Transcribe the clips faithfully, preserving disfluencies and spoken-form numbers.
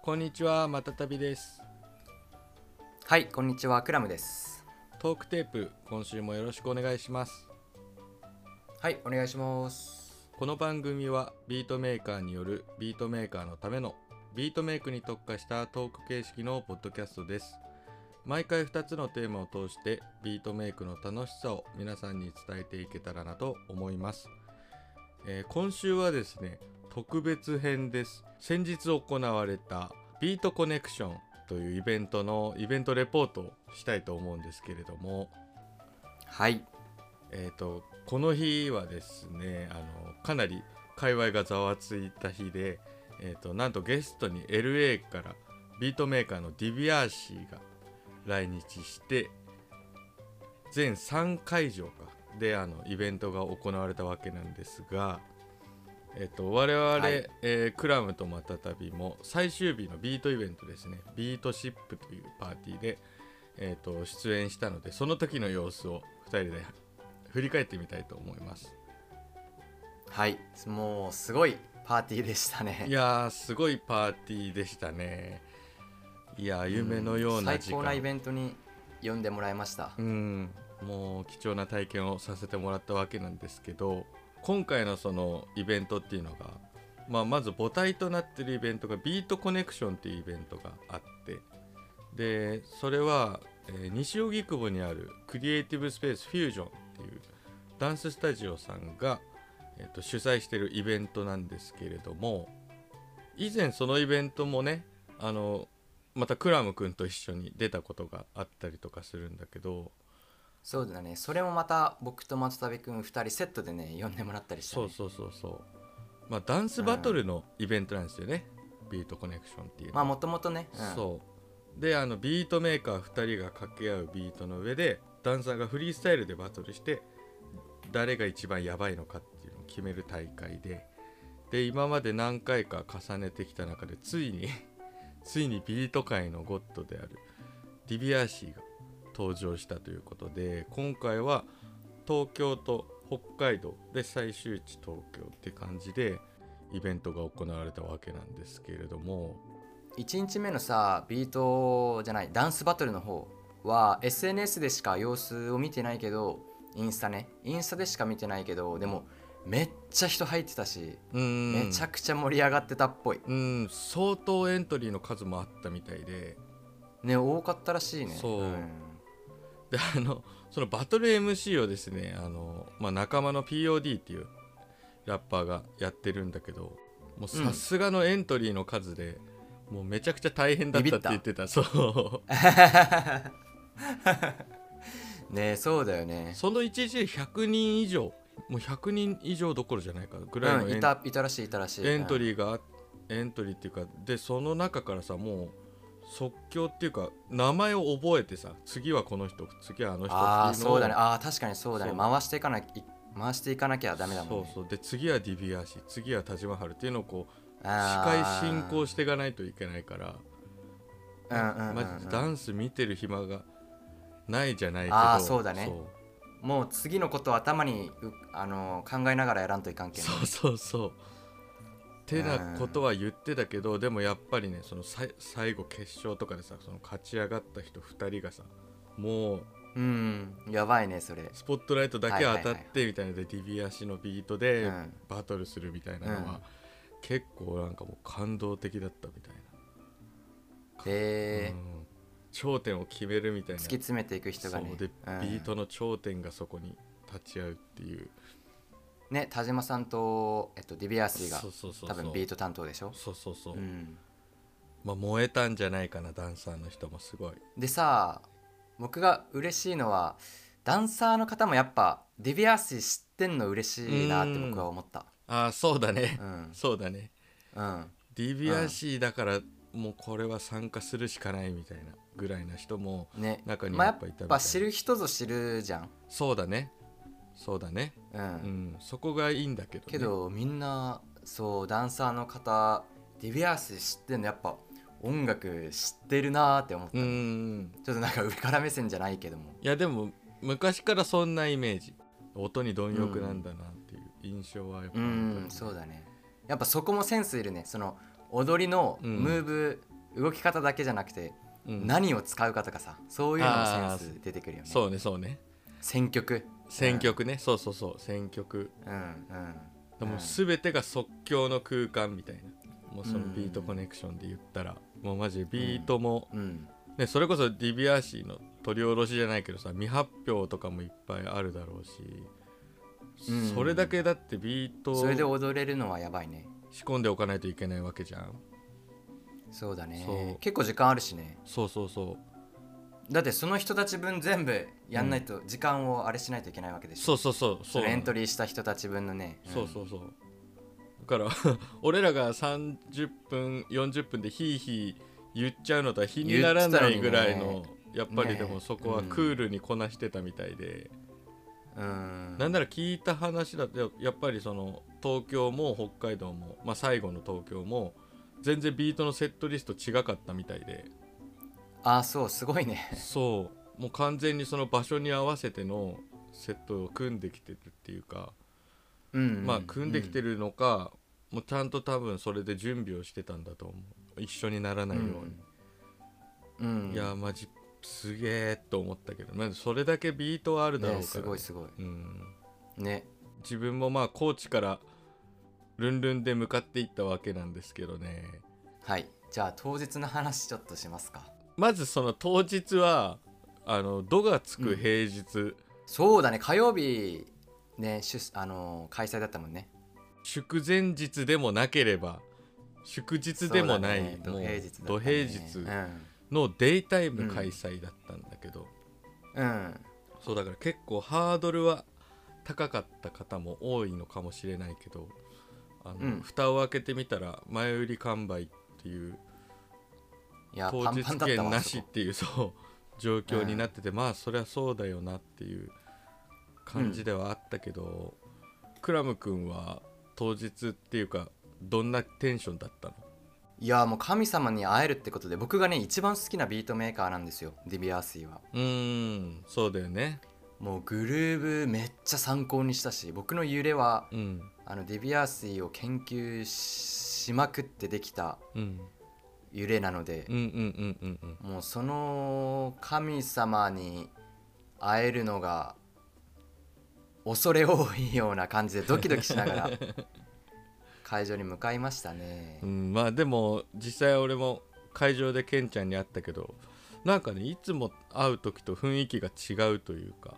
こんにちは、またたびです。 はい、こんにちは、クラムです。 トークテープ、今週もよろしくお願いします。 はい、お願いします。 この番組はビートメーカーによるビートメーカーのためのビートメイクに特化したトーク形式のポッドキャストです。毎回ふたつのテーマを通してビートメイクの楽しさを皆さんに伝えていけたらなと思います。えー、今週はですね、特別編です。先日行われたビートコネクションというイベントのイベントレポートをしたいと思うんですけれども、 はい、 えーと、この日はですね、あのかなり界隈がざわついた日で、えーと、なんとゲストに エルエー からビートメーカーのディビアーシーが来日して、全さんかいじょうかであのイベントが行われたわけなんですが、えっと、我々、はい、えー、クラムとまたたびも最終日のビートイベントですね、ビートシップというパーティーで、えー、と出演したので、その時の様子をふたりで振り返ってみたいと思います。 はい、もうすごいパーティーでしたね。 いやー、すごいパーティーでしたね。いやー、夢のような時間、 最高なイベントに呼んでもらいました。 うん、もう貴重な体験をさせてもらったわけなんですけど、今回のそのイベントっていうのが、まあ、まず母体となっているイベントがビートコネクションっていうイベントがあって、でそれは、えー、西荻窪にあるクリエイティブスペースフュージョンっていうダンススタジオさんが、えー、と主催しているイベントなんですけれども、以前そのイベントもね、あのまたクラム君と一緒に出たことがあったりとかするんだけど、 そうだね、それもまた僕と松田部君ふたりセットでね呼んでもらったりしたね。 そうそうそうそう、まあ、ダンスバトルのイベントなんですよね、うん、ビートコネクションっていうのは。 まあもともとね、 うん、そうで、あのビートメーカーふたりが掛け合うビートの上でダンサーがフリースタイルでバトルして誰が一番やばいのかっていうのを決める大会で、で今まで何回か重ねてきた中でついについにビート界のゴッドであるディビアーシーが登場したということで、今回は東京と北海道で最終地東京って感じでイベントが行われたわけなんですけれども、 いちにちめのさビートじゃないダンスバトルの方は エスエヌエス でしか様子を見てないけど、インスタねインスタでしか見てないけど、でもめっちゃ人入ってたし、 うーんめちゃくちゃ盛り上がってたっぽい。 うん、相当エントリーの数もあったみたいでね、多かったらしいね。 そう、 うん、 であのそのバトル エムシー をですね、あの、まあ、仲間の ピーオーディー っていうラッパーがやってるんだけど、もうさすがのエントリーの数で、うん、もうめちゃくちゃ大変だったって言ってた。そうね、そうだよね。 その一時でひゃくにん以上、もうひゃくにん以上どころじゃないかぐらいのエン、 うん、いたいたらしいいたらしいエントリーが、うん、エントリーっていうかで、その中からさ、もう即興っていうか名前を覚えてさ、次はこの人次はあの人っていうのを、 ああそうだね、ああ確かにそうだね、回していかなき回していかなきゃダメだもんね。 そうそう、で次はディビアーシー、次はタジマハルっていうのをこう司会進行していかないといけないから、 うんうんうんうん、 マジでダンス見てる暇がないじゃないけど、 ああそうだね、そうもう次のことを頭にあの考えながらやらんといかんけん、ね、 そうそうそうてなことは言ってたけど、でもやっぱりね、そのさ最後決勝とかでさ、その勝ち上がった人ふたりがさ、もううんやばいね、それスポットライトだけ当たってみたいなので、ディビアシのビートでバトルするみたいなのは、うん、結構なんかもう感動的だったみたいな。 へえ、うん、 頂点を決めるみたいな、 突き詰めていく人がね、 そうで、うん、ビートの頂点がそこに立ち会うっていうね、田島さんと、えっと、ディビアーシーが多分ビート担当でしょ。 そうそうそう、 うん、 まあ燃えたんじゃないかな、ダンサーの人もすごい。 でさ、僕が嬉しいのはダンサーの方もやっぱディビアーシー知ってんの嬉しいなって僕は思った。 ああそうだね、うん、そうだね、 うん、 ディビアーシーだからもうこれは参加するしかないみたいなぐらいな人も中にやっぱいたみたいな、ね、まあ、やっぱ知る人ぞ知るじゃん。 そうだねそうだね、うん、うん、そこがいいんだけどね。 けどみんなそうダンサーの方ディビアーシー知ってんのやっぱ音楽知ってるなーって思った、ね、うんちょっとなんか上から目線じゃないけども、 いやでも昔からそんなイメージ、音に貪欲なんだなっていう印象はやっぱり、ね、 うん、うん、そうだね。やっぱそこもセンスいるね。その踊りのムーブ動き方だけじゃなくて、 うん、 何を使うかとかさ、そういうのもセンス出てくるよね。 そうねそうね選曲選曲ね、うん、そうそうそう選曲、 うんうん、 でも全てが即興の空間みたいな、もうそのビートコネクションで言ったら、うん、もうマジビートも、うんうんね、それこそディビアーシーの取り下ろしじゃないけどさ、未発表とかもいっぱいあるだろうし、うん、それだけだってビートそれで踊れるのはやばいね。 仕込んでおかないといけないわけじゃん。 そうだね、結構時間あるしね。 そうそうそう、 だってその人たち分全部やんないと、時間をあれしないといけないわけでしょ、うん、そうそうそうそう、 エントリーした人たち分のね、 うん、そうそうそう、だから俺らがさんじゅっぷんよんじゅっぷんでヒーヒー言っちゃうのとは比にならないぐらいの、ね、やっぱりでもそこはクールにこなしてたみたいで、うん、なんなら聞いた話だとやっぱりその東京も北海道も、まあ、最後の東京も全然ビートのセットリスト違かったみたいで。 ああ、そう、すごいね。 そう、もう完全にその場所に合わせてのセットを組んできてるっていうか、うんうん、まあ組んできてるのか、うん、もうちゃんと多分それで準備をしてたんだと思う、一緒にならないように、うんうん、いやマジすげえと思ったけど、まずそれだけビートはあるだろうから、ね、 すごいすごい、うん、ね。 自分もまあ高知からルンルンで向かっていったわけなんですけどね。 はい、じゃあ当日の話ちょっとしますか。 まずその当日はあの度がつく平日、うん、 そうだね、火曜日ね、あの開催だったもんね。 祝前日でもなければ祝日でもない、ね、もう土平日のデイタイム開催だったんだけど、うん、うん、そうだから結構ハードルは高かった方も多いのかもしれないけど、あの、うん、蓋を開けてみたら前売り完売っていう当日券なしっていうそう状況になってて、うん、まあそりゃそうだよなっていう感じではあったけど、うん、クラム君は当日っていうかどんなテンションだったの？ いやもう神様に会えるってことで、僕がね一番好きなビートメーカーなんですよ、ディビアーシーは。 うーん、そうだよね。 もうグルーブめっちゃ参考にしたし、僕の揺れは、うん、あのディビアーシーを研究 し, しまくってできた揺れなので、もうその神様に会えるのが恐れ多いような感じでドキドキしながら会場に向かいましたね。 うん、まあでも実際俺も会場でケンちゃんに会ったけど、なんかねいつも会う時と雰囲気が違うというか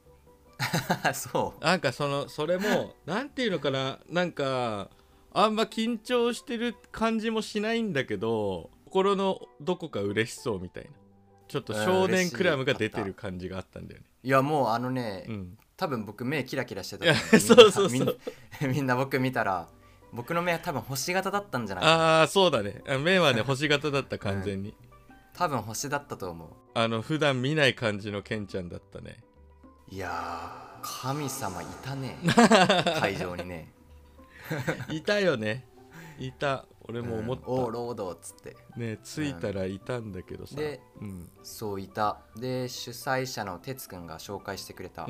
そうなんかそのそれもなんていうのかな、なんかあんま緊張してる感じもしないんだけど、心のどこか嬉しそうみたいな、ちょっと少年クラムが出てる感じがあったんだよね。 いやもうあのね、うん、多分僕目キラキラしてたそうそうそう、 みんな僕見たら僕の目は多分星型だったんじゃないかな。 ああそうだね、目はね星型だった完全に、うん、 多分星だったと思う。 あの普段見ない感じのケンちゃんだったね。 いやー神様いたね会場にねいたよね、いた、俺も思った、うん、 オーロードっつってね、着いたらいたんだけどさ、うん、 で、うん、そういた。で主催者の哲くんが紹介してくれた、 うん、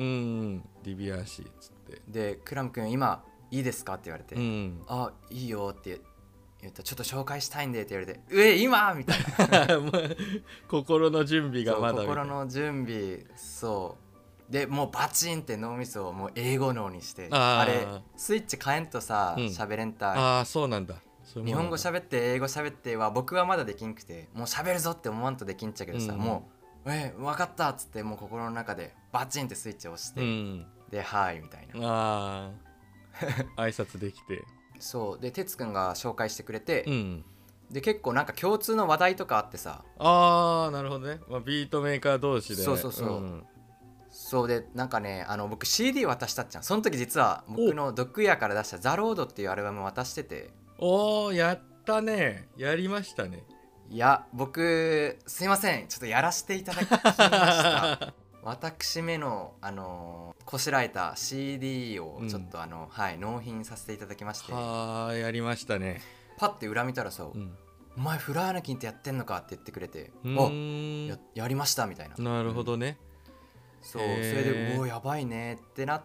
ディビアーシーっつって、 でクラムくん今いいですかって言われて、うん、あいいよって言った、ちょっと紹介したいんでって言われて、うえ今みたいな心の準備がまだ心の準備、そうでもうバチンって脳みそをもう英語脳にして、 あ, あれスイッチ変えんとさ喋、うん、れんたい。 ああそうなんだ、 日本語喋って英語喋っては僕はまだできんくて、もう喋るぞって思わんとできんちゃけどさ、うん、もうえ分かったっつってもう心の中でバチンってスイッチを押して、うん、ではいみたいな、 あ挨拶できてそうで哲くんが紹介してくれて、うん、で結構なんか共通の話題とかあってさ、 ああなるほどね、まあ、ビートメーカー同士で、 そうそうそう、うん、そうでなんかね、あの僕 シーディー 渡したっちゃん。その時実は僕のドッグイヤーから出したザロードっていうアルバム渡してて、 おーやったね、やりましたね。 いや僕すいませんちょっとやらせていただきました私めのあのー、こしらえた シーディー をちょっとあの、うん、はい納品させていただきまして、 はーやりましたね。 パッて裏見たらさ、うん、お前フラーナキンってやってんのかって言ってくれて、お や, やりましたみたいな。 なるほどね、 うん、そうそれでおやばいねってなって、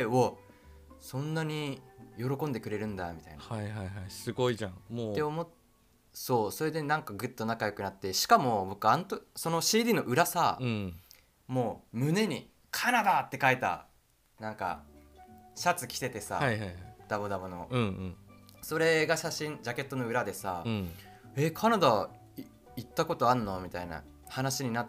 うん、おそんなに喜んでくれるんだみたいな、 はいはいはい、すごいじゃんもうって思っそうそれでなんかグッと仲良くなって、しかも僕あんとその シーディー の裏さ、 うんもう胸にカナダって書いたなんかシャツ着ててさ、 はいはいはい。 ダボダボの、 うんうんそれが写真ジャケットの裏でさ、 うんえカナダい行ったことあんのみたいな話になって、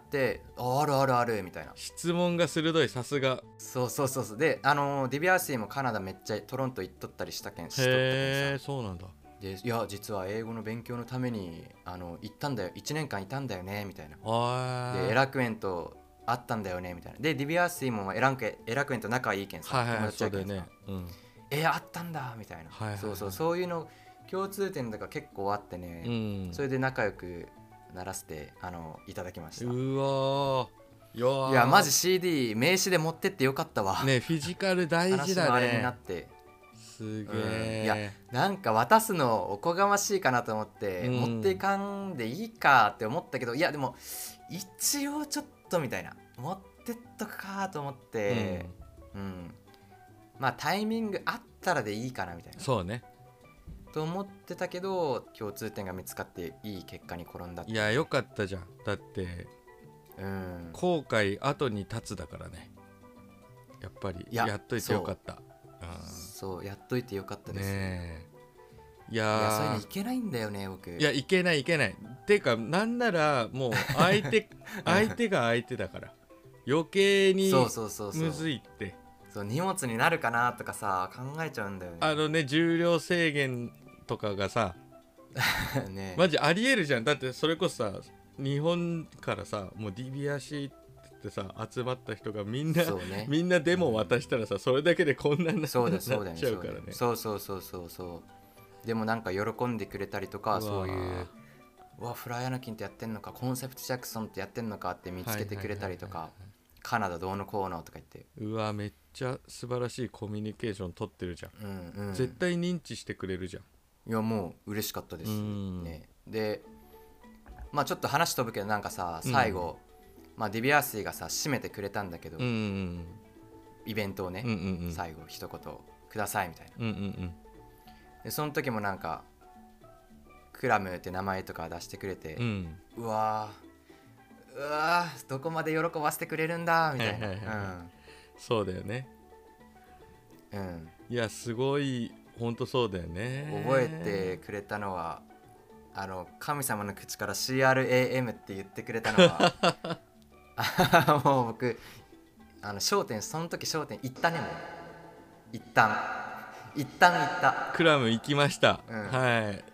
ああるあるあるみたいな。 質問が鋭い、さすが。 そうそうそうそう。であのーディビアーシーもカナダめっちゃトロント行っとったりしたけんしとったけんへえ、 さ、 そうなんだ。 でいや実は英語の勉強のためにあの行ったんだよ、いちねんかんいたんだよねみたいな。 あでエラクエンと会ったんだよねみたいな。でディビアーシーもエランケエラクエンと仲いいけんさ、 はいはいはい、 友達やけんさ、 そうだよね。うんえあったんだみたいな、 はいはいはい、 そうそうそういうの共通点とか結構あってね、 うん、 それで仲良くならせてあのいただきました。 うわー、いやーいやマジ シーディー 名刺で持ってってよかったわ。 ね、フィジカル大事だ話もあれになね。 ってすげうんいやえ、 なんか渡すのおこがましいかなと思って、 うん持っていかんでいいかって思ったけど、いやでも一応ちょっとみたいな、持ってっとくかと思って、うんまあタイミングあったらでいいかなみたいなそうね。 と思ってたけど、共通点が見つかっていい結果に転んだっていや、よかったじゃん。だってうん後悔後に立つだからね。やっぱりいややっといてよかった。 そうやっといてよかったです、 ねえ、いいやそういうやのいけないんだよね僕。 ーいや、いけないいけない。てかなんならもう相手相手が相手だから余計にそうそうそうそうむずいって。 そう荷物になるかなとかさ考えちゃうんだよね。 あのね、重量制限とかがさねマジありえるじゃん。だってそれこそさ、日本からさ、もうディビアシーってさ集まった人がみんな、 そうねみんなデモ渡したらさ、それだけでこんなになっちゃそうだそうだよねうからね。 そうそうそうそうそうでもなんか喜んでくれたりとか、 うわーそういううわフライアナキンってやってんのか、コンセプトジャクソンってやってんのかって見つけてくれたりとか、カナダどうのこうのとか言って、 うわ、めっちゃ素晴らしいコミュニケーション取ってるじゃん、 うんうん、 絶対認知してくれるじゃん。 いやもう嬉しかったです、 うんね、でまあちょっと話飛ぶけどなんかさ最後、うんまあ、ディビアーシーがさ締めてくれたんだけど、 うんうんイベントをね、 うんうんうん、 最後一言くださいみたいな、 うんうんうん、 でその時もなんかクラムって名前とか出してくれて、 うん、 うわーうわーどこまで喜ばせてくれるんだみたいな、 はいはいはいはい、そうだよね。 うん、うん、 いやすごい、ほんとそうだよね。 覚えてくれたのはあの神様の口から シーアールエーエム って言ってくれたのはもう僕あの商店その時商店行ったねもう一旦一旦行ったクラム行きました、うん、はい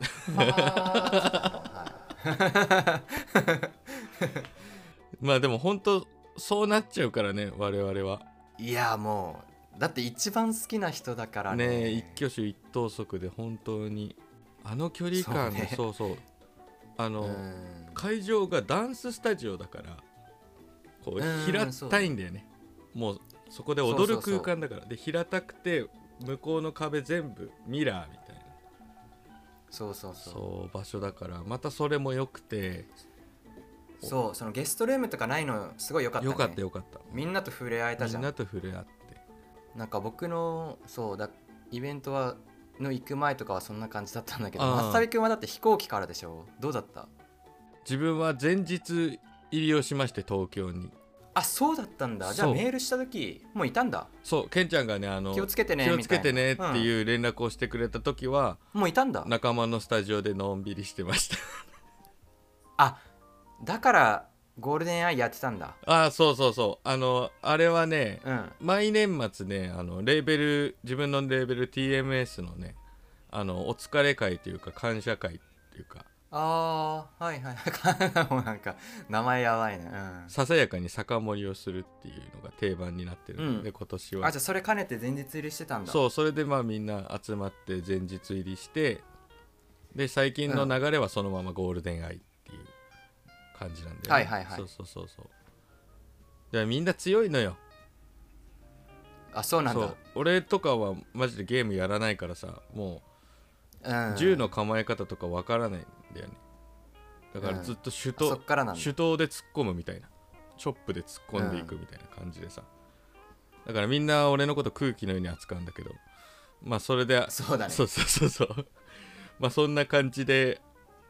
まあでも本当そうなっちゃうからね我々は。 いやもうだって一番好きな人だからね。 ねえ一挙手一投足で本当にあの距離感で、そうそうあの会場がダンススタジオだからこう平たいんだよね。もうそこで踊る空間だからで平たくて向こうの壁全部ミラーみたいなそうそうそうそう場所だからまたそれも良くて、 そうそのゲストルームとかないのすごい良かったね。 良かった良かった。 みんなと触れ合えたじゃん。 みんなと触れ合ってなんか僕のそうだイベントはの行く前とかはそんな感じだったんだけど、松旅くんはだって飛行機からでしょ。どうだった？ 自分は前日入りをしまして東京に。 あ、そうだったんだ。じゃあメールした時もういたんだ。 そうケンちゃんがねあの気をつけてね気をつけてねっていう連絡をしてくれた時は、 うん、もういたんだ。 仲間のスタジオでのんびりしてましたあ、だからゴールデンアイやってたんだ。 あ、そうそうそう、あのあれはね、 うん、 毎年末ねあのレーベル自分のレーベル ティーエムエス のねあのお疲れ会というか感謝会っていうか、 あーはいはいもうなんか名前やばいね、うん、 ささやかに酒盛りをするっていうのが定番になってるので、うん、今年は。 あ、じゃあそれ兼ねて前日入りしてたんだ。 そう、それでまあみんな集まって前日入りしてで最近の流れはそのままゴールデンアイっていう感じなんだよね、 うん、はいはいはい。 そうそうそうそう。でみんな強いのよ。 あ、そうなんだ。 そう俺とかはマジでゲームやらないからさ、もう、うん、銃の構え方とかわからないんだよね。だからずっと手刀、うん、手刀で突っ込むみたいな、チョップで突っ込んでいくみたいな感じでさ、うん、だからみんな俺のこと空気のように扱うんだけど、まあそれでそうだね、 そうそうそうそうまあそんな感じで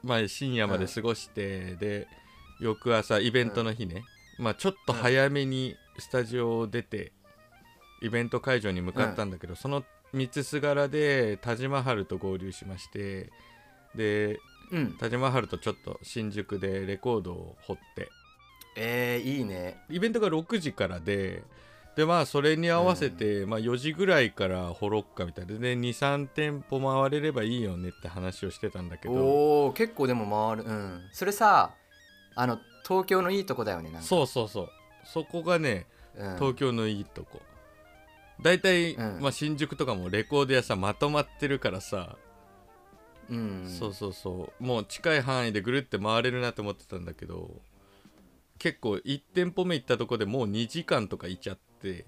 まあ、深夜まで過ごして、うん、で翌朝イベントの日ね、うん、まあ、ちょっと早めにスタジオを出て、イベント会場に向かったんだけど、うん、その三つすがらでタジマハルと合流しまして、で、うん、タジマハルとちょっと新宿でレコードを掘って、 えー、いいね。 イベントがろくじからで、でまあそれに合わせて、うん、まあ、よじぐらいから掘ろっかみたいなで にさん店舗回れればいいよねって話をしてたんだけど、 おー結構でも回る。うん、それさあの東京のいいとこだよね。なんかそうそうそう、そこがね、うん、東京のいいとこだいたい、うん、まあ、新宿とかもレコード屋さんまとまってるからさ、うん、そうそうそう、もう近い範囲でぐるって回れるなと思ってたんだけど、結構いち店舗目行ったとこでもうにじかんとかいちゃって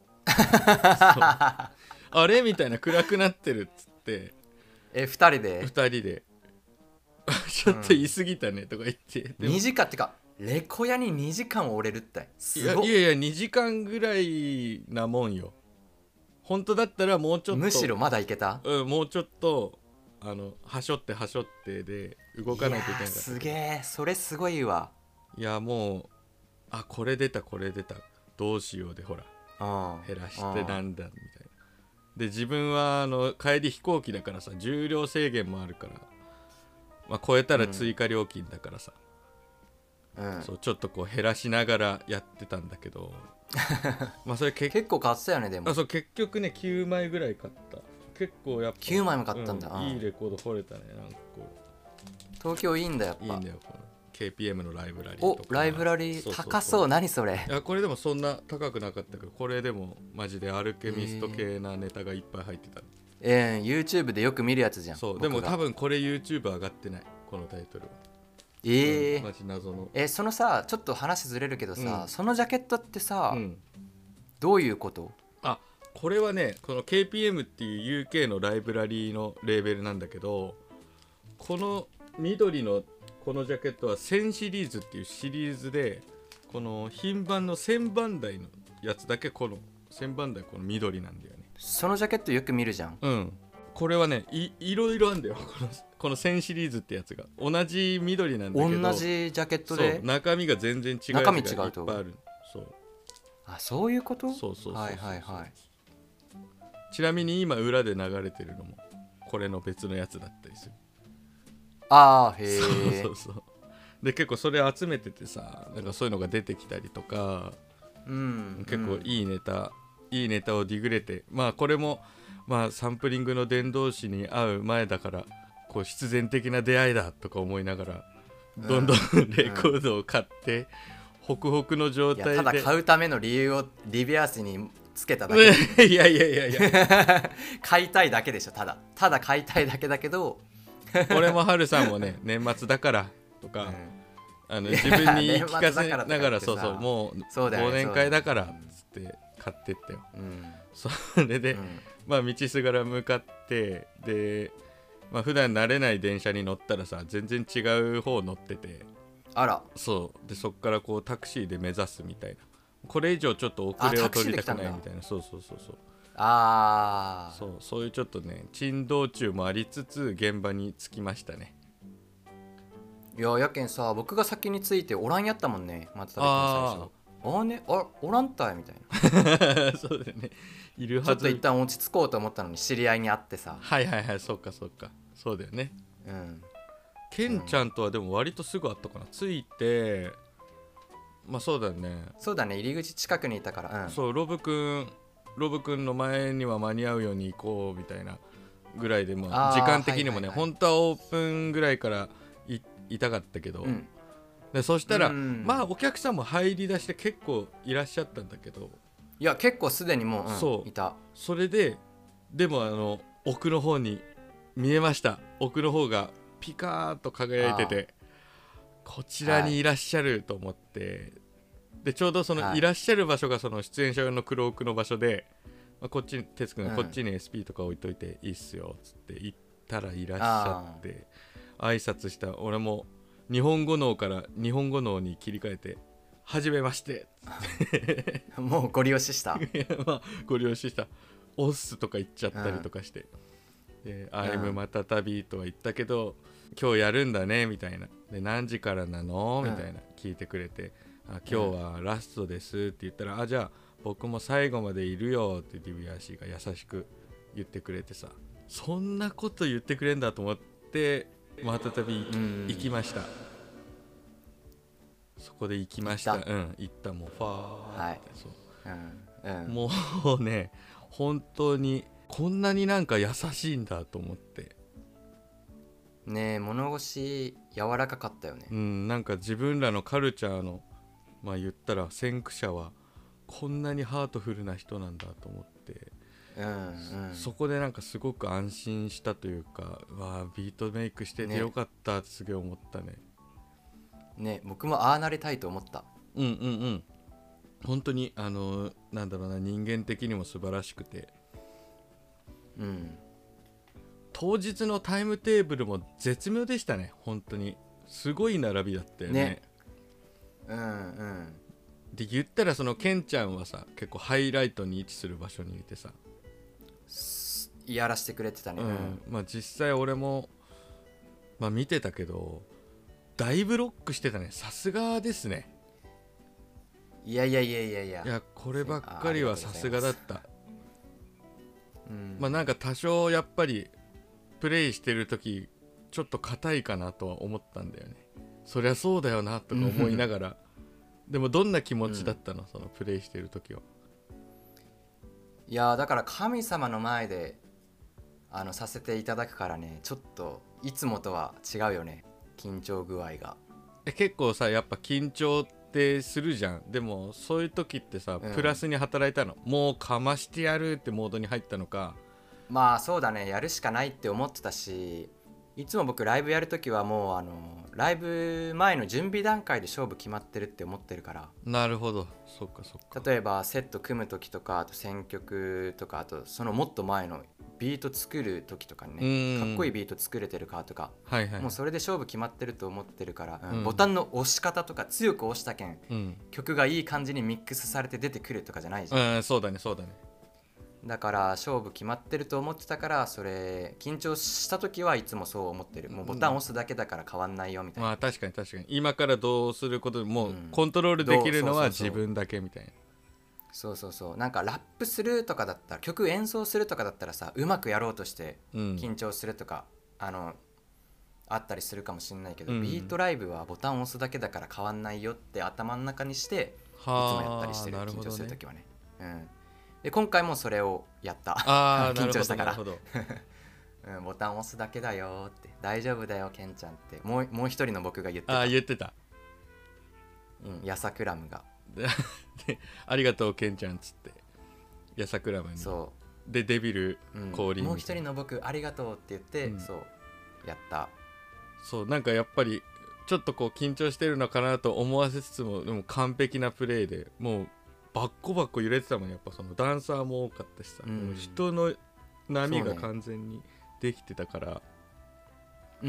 あれみたいな、暗くなってるっつって、 えふたりでふたりでちょっと言い過ぎたねとか言って、 うん、にじかんってかレコヤににじかん折れるってすごい。いやいやいやにじかんぐらいなもんよ。本当だったらもうちょっと、 むしろまだいけた、 うん、もうちょっとあのはしょってはしょってで動かないといけないから。 すげえ、それすごいわ。 いやもうあこれ出たこれ出たどうしようでほら減らしてなんだみたいな。で自分はあの帰り飛行機だからさ、重量制限もあるから、まあ、超えたら追加料金だからさ、うん、そうちょっとこう減らしながらやってたんだけどまあそれ結構買ってたよね。でもあそう結局ねきゅうまいぐらい買った。結構やっぱきゅうまいも買ったんだ、 うん、いいレコード掘れたね。なんかこう東京いいんだやっぱ。 いいんだよこの ケーピーエム のライブラリーとか。 おライブラリー高そう。何それ。 いやこれでもそんな高くなかったけど、これでもマジでアルケミスト系なネタがいっぱい入ってた。 えー、YouTube でよく見るやつじゃん。 そうでも多分これ YouTube 上がってないこのタイトルは。 えー、 うん、マジ謎の。 えー、そのさちょっと話ずれるけどさ、うん、そのジャケットってさ、うん、どういうこと？ あこれはねこの ケーピーエム っていう ユーケー のライブラリーのレーベルなんだけど、この緑のこのジャケットはせんシリーズっていうシリーズで、この品番のせんばん台のやつだけこのせんばん台この緑なんだよね。 そのジャケットよく見るじゃん。 うん、これはね い, いろいろあるんだよこのこのせんシリーズってやつが同じ緑なんだけど、 同じジャケットで中身が全然違うやつがいっぱいある。そうあそういうこと。 そうそうそうそう、 はいはいはい。 ちなみに今裏で流れてるのもこれの別のやつだったりする。 あーへえ。そうそうそう。で結構それ集めててさ、なんかそういうのが出てきたりとか、うん、結構いいネタ、うん、いいネタをディグれて、まあこれもまあサンプリングの伝道師に会う前だからこう必然的な出会いだとか思いながら、どんどんレコードを買って、うん、ホクホクの状態で。 ただ買うための理由をリビアースにつけただけ。 いやいやいやいや買いたいだけでしょ。ただただ買いたいだけだけど俺もハルさんもね年末だからとか、うん、あの自分に言い聞かせながらそうそうもう忘年会だからっつって買ってったよ、うん、それで、うん、まあ道すがら向かってで、まあ普段慣れない電車に乗ったらさ全然違う方乗ってて、 あらそうでそっからこうタクシーで目指すみたいな、これ以上ちょっと遅れを取りたくないみたいな。そうそうそうそう。 ああ、 そうそういうちょっとね珍道中もありつつ現場に着きましたね。 いややけんさ僕が先に着いておらんやったもんね。待ってた時の最初ああねあおらんたいみたいなそうだよね、いるはず。 ちょっと一旦落ち着こうと思ったのに知り合いに会ってさ。 はいはいはい、そうかそうかそうだよね。うんケンちゃんとはでも割とすぐ会ったかな、着いてまあそうだねそうだね入り口近くにいたから、うん、 そうロブくんロブくんの前には間に合うように行こうみたいなぐらいでも時間的にもね、はいはいはい、本当はオープンぐらいから い, いたかったけど、うん、でそしたら、うん、まあお客さんも入り出して結構いらっしゃったんだけど、 いや結構すでにもう、うん、 そういた。 それででもあの奥の方に見えました。奥の方がピカーッと輝いててこちらにいらっしゃると思って、はいでちょうどそのいらっしゃる場所がその出演者用のクロークの場所で、まあ、こっち哲くんがこっちに エスピー とか置いといていいっすよっつって行ったらいらっしゃって挨拶した。俺も日本語脳から日本語脳に切り替えてはじめましてもうご利用ししたまあご利用ししたオッスとか言っちゃったりとかして、うん、でアイムまたたびとは言ったけど、 今日やるんだねみたいなで何時からなのうんみたいな聞いてくれて、あ今日はラストですって言ったら、あじゃあ僕も最後までいるよってディビアシーが優しく言ってくれてさ、そんなこと言ってくれんだと思ってまたたびうん行きました。そこで行きました。 行ったうん行ったもうファーって、 はいそううんうんもうね本当にこんなになんか優しいんだと思って、 ねえ物腰柔らかかったよね。 うんなんか自分らのカルチャーのまあ言ったら先駆者はこんなにハートフルな人なんだと思って、 うんうんそこでなんかすごく安心したというか、わあビートメイクしててよかったってすげえ思ったね。 ね僕もああなりたいと思った。 うんうんうん本当にあのなんだろうな人間的にも素晴らしくて、 うん当日のタイムテーブルも絶妙でしたね。本当にすごい並びだったよね。 ねうんうんで言ったらそのケンちゃんはさ結構ハイライトに位置する場所にいてさ、 すやらしてくれてたね。 うんまあ実際俺もまあ見てたけどだいぶロックしてたね。さすがですね。 いやいやいやいやいやいやこればっかりはさすがだった。 うんまあなんか多少やっぱりプレイしてる時ちょっと硬いかなとは思ったんだよね。そりゃそうだよなとか思いながらでもどんな気持ちだったの、うん、そのプレイしてる時は。 いやだから神様の前であのさせていただくからね、ちょっといつもとは違うよね緊張具合が。 え結構さやっぱ緊張ってするじゃん。でもそういう時ってさ、 うんプラスに働いたの、もうかましてやるってモードに入ったのか。 まあそうだね、やるしかないって思ってたし、いつも僕ライブやるときはもうあのライブ前の準備段階で勝負決まってるって思ってるから。 なるほど、そっかそっか。 例えばセット組むときとか、あと選曲とか、あとそのもっと前のビート作るときとかにね、かっこいいビート作れてるかとか、 はいはい、 もうそれで勝負決まってると思ってるから、うんうんボタンの押し方とか強く押したけんうん、 曲がいい感じにミックスされて出てくるとかじゃないじゃん。 うん、そうだねそうだね。 だから勝負決まってると思ってたから、それ緊張した時はいつもそう思ってる。もうボタン押すだけだから変わんないよみたいな。 まあ確かに確かに今からどうすることでもううんコントロールできるのはどうそうそうそう自分だけみたいな。 そうそうそう、なんかラップするとかだったら、曲演奏するとかだったらさ、うまくやろうとしてうん緊張するとか、あのあったりするかもしれないけど、 うんビートライブはボタン押すだけだから変わんないよって頭の中にしていつもはあやったりしてる、緊張なるほどねするときはね、うん、で今回もそれをやったあー緊張したからなるほどなるほどうん、ボタン押すだけだよって大丈夫だよケンちゃんってもうもう一人の僕が言ってた。 あー言ってたうん、ヤサクラムがでありがとうケンちゃんっつってやさくらまにそでデビルう、うん、 降臨もう一人の僕ありがとうって言って、 うんそうやった。 そうなんかやっぱりちょっとこう緊張してるのかなと思わせつつもでも完璧なプレーでもうバッコバッコ揺れてたもん。やっぱそのダンサーも多かったしさ、 うんもう人の波がそうね完全にできてたからうん、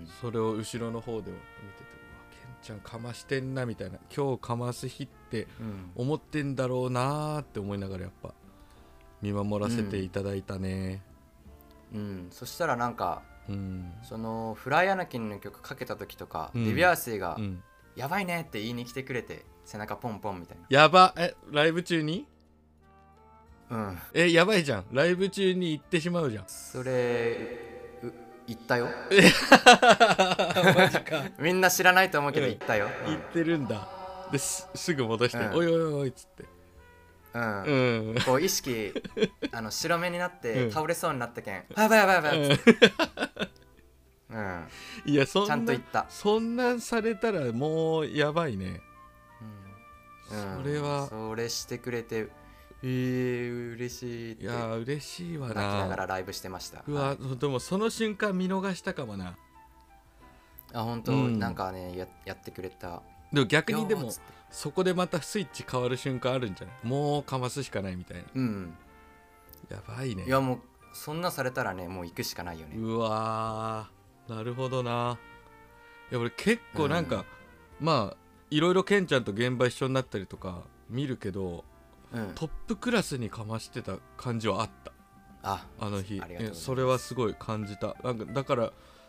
それを後ろの方で見てて、うわケンちゃんかましてんなみたいな、今日かます日ってうん、 思ってんだろうなーって思いながらやっぱ見守らせていただいたね。 うん、そしたらなんかうんそのフライアナキンの曲かけた時とか、 うんデビアーシーが、 うんやばいねって言いに来てくれて、背中ポンポンみたいやばえライブ中にな。うん、 えやばいじゃん、ライブ中に行ってしまうじゃん。 それう言ったよマジかみんな知らないと思うけどうん言ったよ、 行ってるんだ。ですすぐ戻して、 うんおいおいおいっつってうんうんこう意識あの白目になっうんて倒れそうになったけん、やばいやばいやばいっつって、うん、 いやそんなちゃんと言った、 そんなんされたらもうやばいね。 うん、 それはそれしてくれてえー、嬉しいっていやー嬉しいわ泣きながな。 らライブしてました。 うわ、 はいでもその瞬間見逃したかもな。 あ本当、 うんなんかね や, やってくれた。 でも逆にでもよーっつってそこでまたスイッチ変わる瞬間あるんじゃない、もうかますしかないみたいな。 うんやばいね。 いやもうそんなされたらねもう行くしかないよね。 うわーなるほどな。いや俺結構なんか、まあいろいろケンちゃんと現場一緒になったりとか見るけどうんトップクラスにかましてた感じはあったああの日。 ありがとうございますえそれはすごい感じた。なんかだから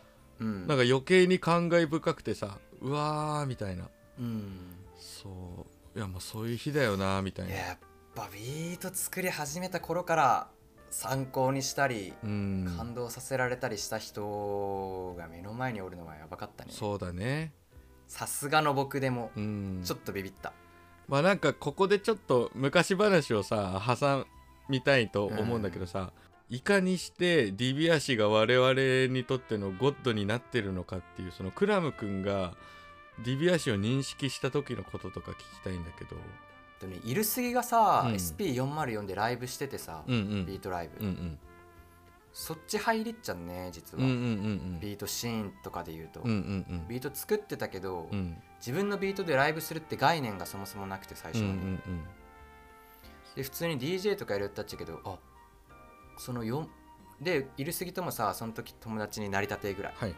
うん、 なんか余計に感慨深くてさ、うわーみたいな、 うん、 そういやもうそういう日だよなみたいな。 やっぱビート作り始めた頃から参考にしたり、 うん、 感動させられたりした人が目の前におるのはやばかったね。 そうだね。 さすがの僕でもうんちょっとビビった、 まあなんかここでちょっと昔話をさ挟みたいと思うんだけどさ、うん、いかにしてディビアシが我々にとってのゴッドになってるのかっていう、そのクラム君がディビアシを認識した時のこととか聞きたいんだけど。 とね、イルスギがさ、 うん、 エスピーよんまるよん でライブしててさ、 うんうん、 ビートライブ、 うんうん、 そっち入りっちゃんね実は、 うんうんうんうん、 ビートシーンとかで言うと、 うんうんうん、 ビート作ってたけど、 うん、 自分のビートでライブするって概念がそもそもなくて最初はね、 うんうんうん、 で普通に ディージェー とかやるったっちゃけど、あそのよんでイルスギともさその時友達になりたてぐらい、 はい、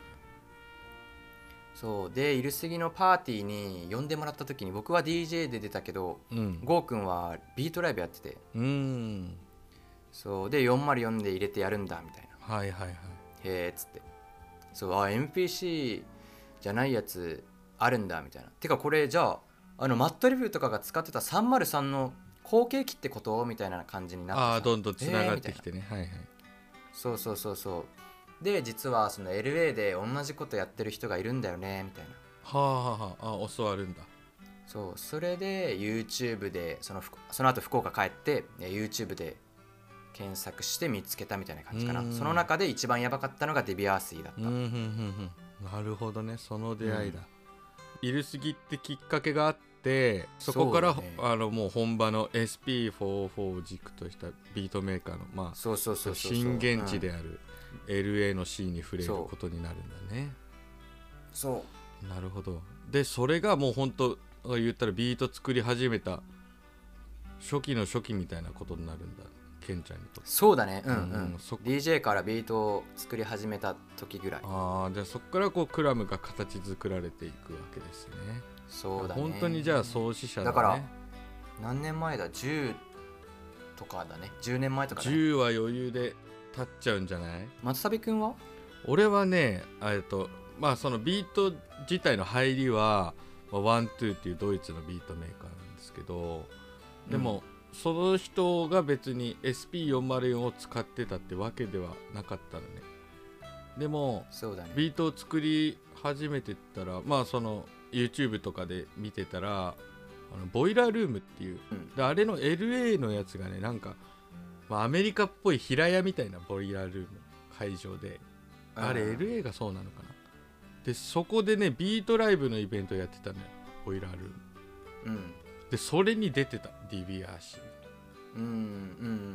そうでイルスギのパーティーに呼んでもらった時に僕は ディージェー で出たけど、 うん、 ゴーくんはビートライブやってて、 うん、 そうでよんまるよんで入れてやるんだみたいな、 はいはいはい、 へえっつって、そうあ エムピーシー じゃないやつあるんだみたいな、てかこれじゃああのマットレビューとかが使ってたさんまるさんの後継機ってことみたいな感じになってさ、 ああどんどんつながってきてね、はいはい、 そうそうそうそうで実はその エルエー で同じことやってる人がいるんだよねみたいな、 はあはあはあ、あ教わるんだ。 そうそれで YouTube でそのその後福岡帰って YouTube で検索して見つけたみたいな感じかな。その中で一番やばかったのがデビアースイだった。 うんうんうんうん、なるほどね、その出会いだ、うん、イルスギってきっかけがあって、そこから、ね、あのもう本場の エスピーフォーフォー 軸としたビートメーカーのまあ震源地である エルエー のシーンに触れることになるんだね。 そう、 なるほど。でそれがもう本当言ったらビート作り始めた初期の初期みたいなことになるんだ、ケンちゃんにとって。 そうだね、うんうん、うん、ディージェー からビートを作り始めた時ぐらい。 ああ、じゃあそこからこうクラムが形作られていくわけですね。 そうだね、 本当にじゃあ創始者だね。 だから何年前だ、じゅうとかだね、じゅうねんまえとかね。 じゅうは余裕で経っちゃうんじゃない？ 松旅くんは？ 俺はね、えっとまあそのビート自体の入りは、まあ、ワントゥーっていうドイツのビートメーカーなんですけど、でも、うん、その人が別に エスピーよんまるよん を使ってたってわけではなかったのね。でもそうだね、 ビートを作り始めてったら、まあその YouTube とかで見てたら、あのボイラールームっていう、うん、であれの エルエー のやつがね、なんか、まあ、アメリカっぽい平屋みたいなボイラールーム会場で、あれ エルエー がそうなのかな。でそこでねビートライブのイベントやってたのよ、ボイラールーム、うん、でそれに出てた ディービーアールシー、うんうん、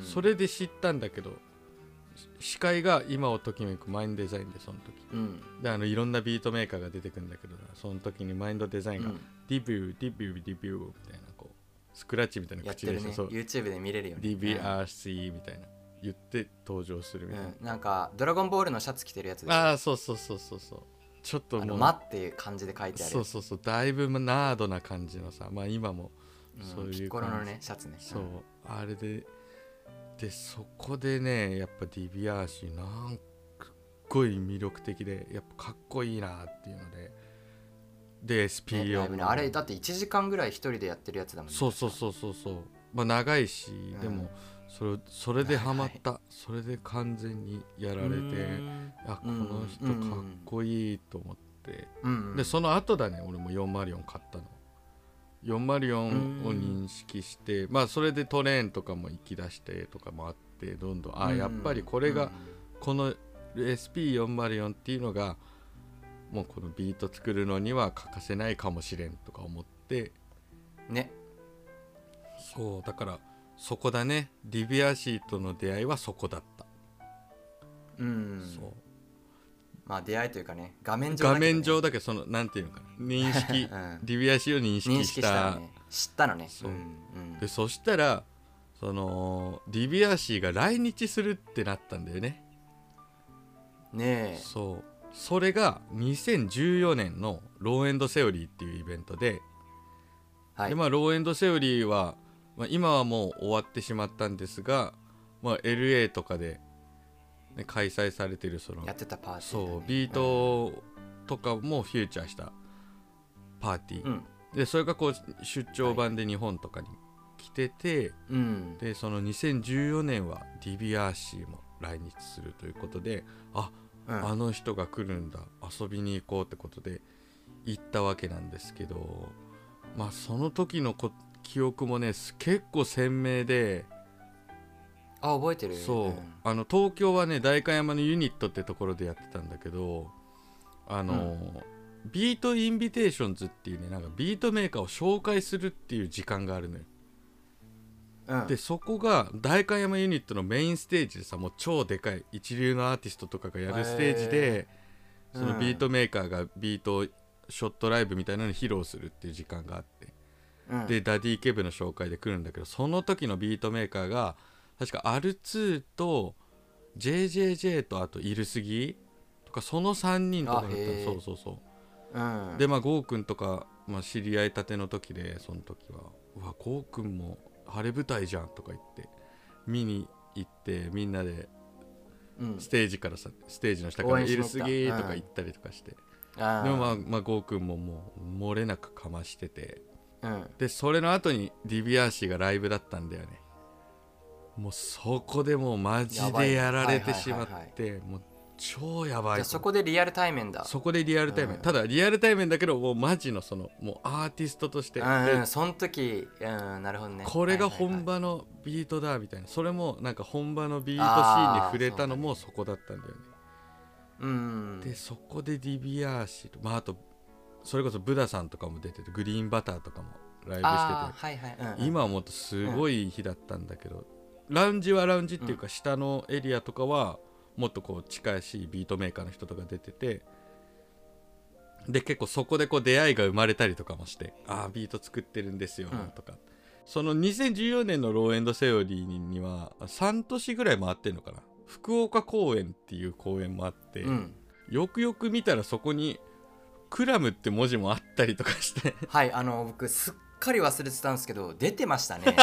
それで知ったんだけど、司会が今をときめくマインドデザインで、その時、うん、であのいろんなビートメーカーが出てくるんだけど、その時にマインドデザインが、うん、ディビューディビューディビューみたいな、こうスクラッチみたいな口でやってるね、そう YouTube で見れるよね、 ディービーアールシー みたいな言って登場するみたいな、 うん、なんかドラゴンボールのシャツ着てるやつでしょ。 ああそうそうそうそうそう、ちょっともうマっていう感じで書いてある。 そうそうそう、だいぶナードな感じのさ、まあ今もそういう感じ、うん、 ピッコロのねシャツね、 そう、うん、あれででそこでねやっぱディビアーシーなんかすっごい魅力的で、やっぱかっこいいなっていうので、で エスピー を、 ね、あれだっていちじかんぐらい一人でやってるやつだもんね。 そうそうそうそうそう、まあ長いし、うん、でもそれそれでハマった、それで完全にやられて、あこの人かっこいいと思って、うんうん、でその後だね俺もよんまるよん買ったの。よんまるよんを認識して、まあそれでトレーンとかも行き出してとかもあって、どんどんあやっぱりこれがこの エスピーよんまるよん っていうのがもうこのビート作るのには欠かせないかもしれんとか思ってね。 そうだからそこだね、ディビアシーとの出会いはそこだった。 うん、そうまあ出会いというかね、画面上だけど、ね、 画面上だけど、そのなんていうのかな、認識、うん、ディビアシーを認識した、 認識したね、知ったのね。 そう、うんうん、でそしたらそのディビアシーが来日するってなったんだよね。 ねえ、 そうそれがにせんじゅうよねんのローエンドセオリーっていうイベントで、はい、でまあローエンドセオリーは、まあ、今はもう終わってしまったんですが、まあ、エルエー とかでね、開催されてるそのやってたパーティー、 そうね、 ビートとかもフューチャーしたパーティー、うん、でそれがこう出張版で日本とかに来てて、はいうん、でそのにせんじゅうよねんはディビアーシーも来日するということで、あ、うん、あの人が来るんだ、遊びに行こうってことで行ったわけなんですけど、まあその時のこ記憶もね結構鮮明で、 あ、覚えてる。 そう、うん、あの東京はね代官山のユニットってところでやってたんだけど、あの、うん、ビートインビテーションズっていうね、なんかビートメーカーを紹介するっていう時間があるのよ、うん、でそこが代官山ユニットのメインステージでさ、もう超でかい一流のアーティストとかがやるステージで、えー、そのビートメーカーがビートショットライブみたいなのに披露するっていう時間があって、うん、でダディケブの紹介で来るんだけど、その時のビートメーカーが確か アールツー と ジェイジェイジェイ とあとイルスギとか、そのさんにんとかだったら、そうそうそう、うん、でまあゴーくんとか、まあ、知り合いたての時で、その時はうわゴーくんも晴れ舞台じゃんとか言って見に行って、みんなでステージからさ、ステージの下からイルスギとか行ったりとかして、うん、でもまあ、まあ、ゴーくんももう漏れなくかましてて、うん、でそれの後にディビアーシーがライブだったんだよね。もうそこでもうマジでやられてしまって、もう超やばい。 じゃあそこでリアル対面だ。 そこでリアル対面、うん、ただリアル対面だけどもうマジのそのもうアーティストとして、 うんうん、その時、うん、なるほどね、 これが本場のビートだみたいな、それもなんか本場のビートシーンに触れたのもそこだったんだよね。うん、でそこでディビアーシーと、まあ、あとそれこそブダさんとかも出てて、グリーンバターとかもライブしてて、はいはいうんうん、今思うとすごい日だったんだけど、うん、ラウンジはラウンジっていうか下のエリアとかはもっとこう近しいビートメーカーの人とか出てて、で結構そこでこう出会いが生まれたりとかもして、ああビート作ってるんですよとか、うん、そのにせんじゅうよねんのローエンドセオリーにはさん都市ぐらい回ってんのかな。福岡公演っていう公演もあって、うん、よくよく見たらそこにクラムって文字もあったりとかしてはい、あの僕すっかり忘れてたんですけど出てましたね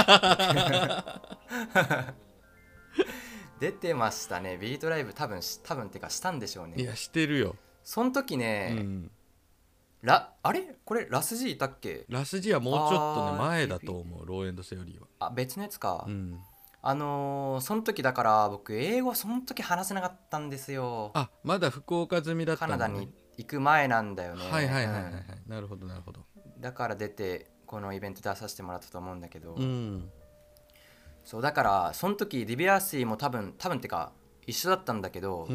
出てましたね。ビートライブ多分多分ってかしたんでしょうね。 いやしてるよ。 その時ね、うん、ラあれこれラス G いたっけ。 ラス G はもうちょっとね前だと思う、ローエンドセオリーは。 あ、別のやつか、うん、あのー、その時だから僕英語その時話せなかったんですよ。 あ、まだ福岡済みだったんだ、ね、 カナダに行く前なんだよね。 はいはいはいはい、はいうん、なるほどなるほど。 だから出てこのイベント出させてもらったと思うんだけど、うん、そうだからその時ディビアーシーも多分多分ってか一緒だったんだけど、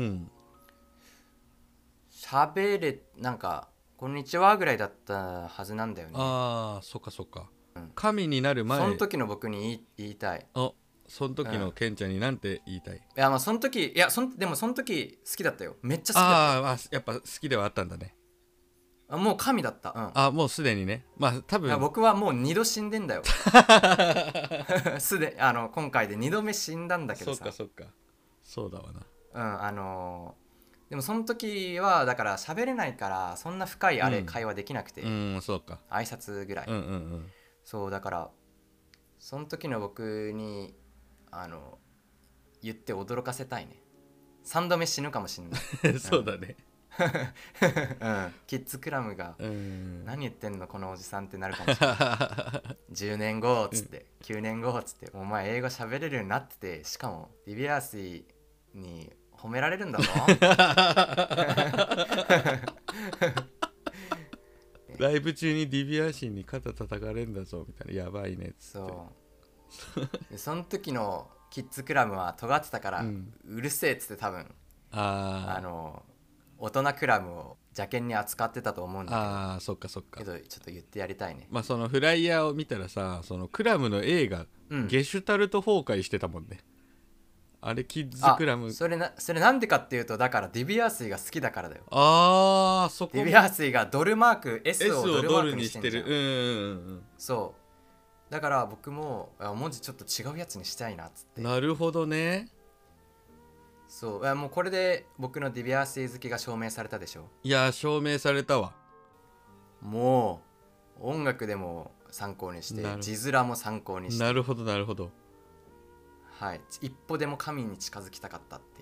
喋、うん、れなんかこんにちはぐらいだったはずなんだよね。 ああそっかそっか、うん、神になる前、 その時の僕に言い、言いたい。 あ、その時のケンちゃんになんて言いたい。うん、いやまあその時いやそんでもその時好きだったよ。めっちゃ好きだった。 ああやっぱ好きではあったんだね。 あもう神だった、うん、 あもうすでにね。まあ多分僕はもう二度死んでんだよすであの今回で二度目死んだんだけどさ。 そっかそっかそうだわな。 うんあのー、でもその時はだから喋れないからそんな深いあれ、うん、会話できなくて、 うん、そうか挨拶ぐらい、うんうんうん、そうだからその時の僕にあの言って驚かせたいね。さんどめ死ぬかもしんないそうだねうん、キッズクラムが何言ってんのこのおじさんってなるかもしれないじゅうねんごっつって、うん、きゅうねんごっつってお前英語喋れるようになってて、しかもディビアーシーに褒められるんだぞライブ中にディビアーシーに肩叩かれるんだぞみたいな、やばいねっつって。 そうその時のキッズクラムは尖ってたから、うん、うるせえっつって多分ああの大人クラムを邪険に扱ってたと思うんだけど。 ああそっかそっか。 けどちょっと言ってやりたいね。 まあそのフライヤーを見たらさ、そのクラムの映画、うん、ゲシュタルト崩壊してたもんね。あれキッズクラム。 それなそれなんでかっていうと、だからディビアースイが好きだからだよ。 ああそこディビアースイがドルマーク S をドルマークにしてるじゃん。 うんうんうん、 そうだから僕も文字ちょっと違うやつにしたいなっつって。 なるほどね。 そうもうこれで僕のディビアーシー好きが証明されたでしょ。 いや証明されたわ。 もう音楽でも参考にして字面も参考にして。 なるほどなるほど。 はい、一歩でも神に近づきたかったっていう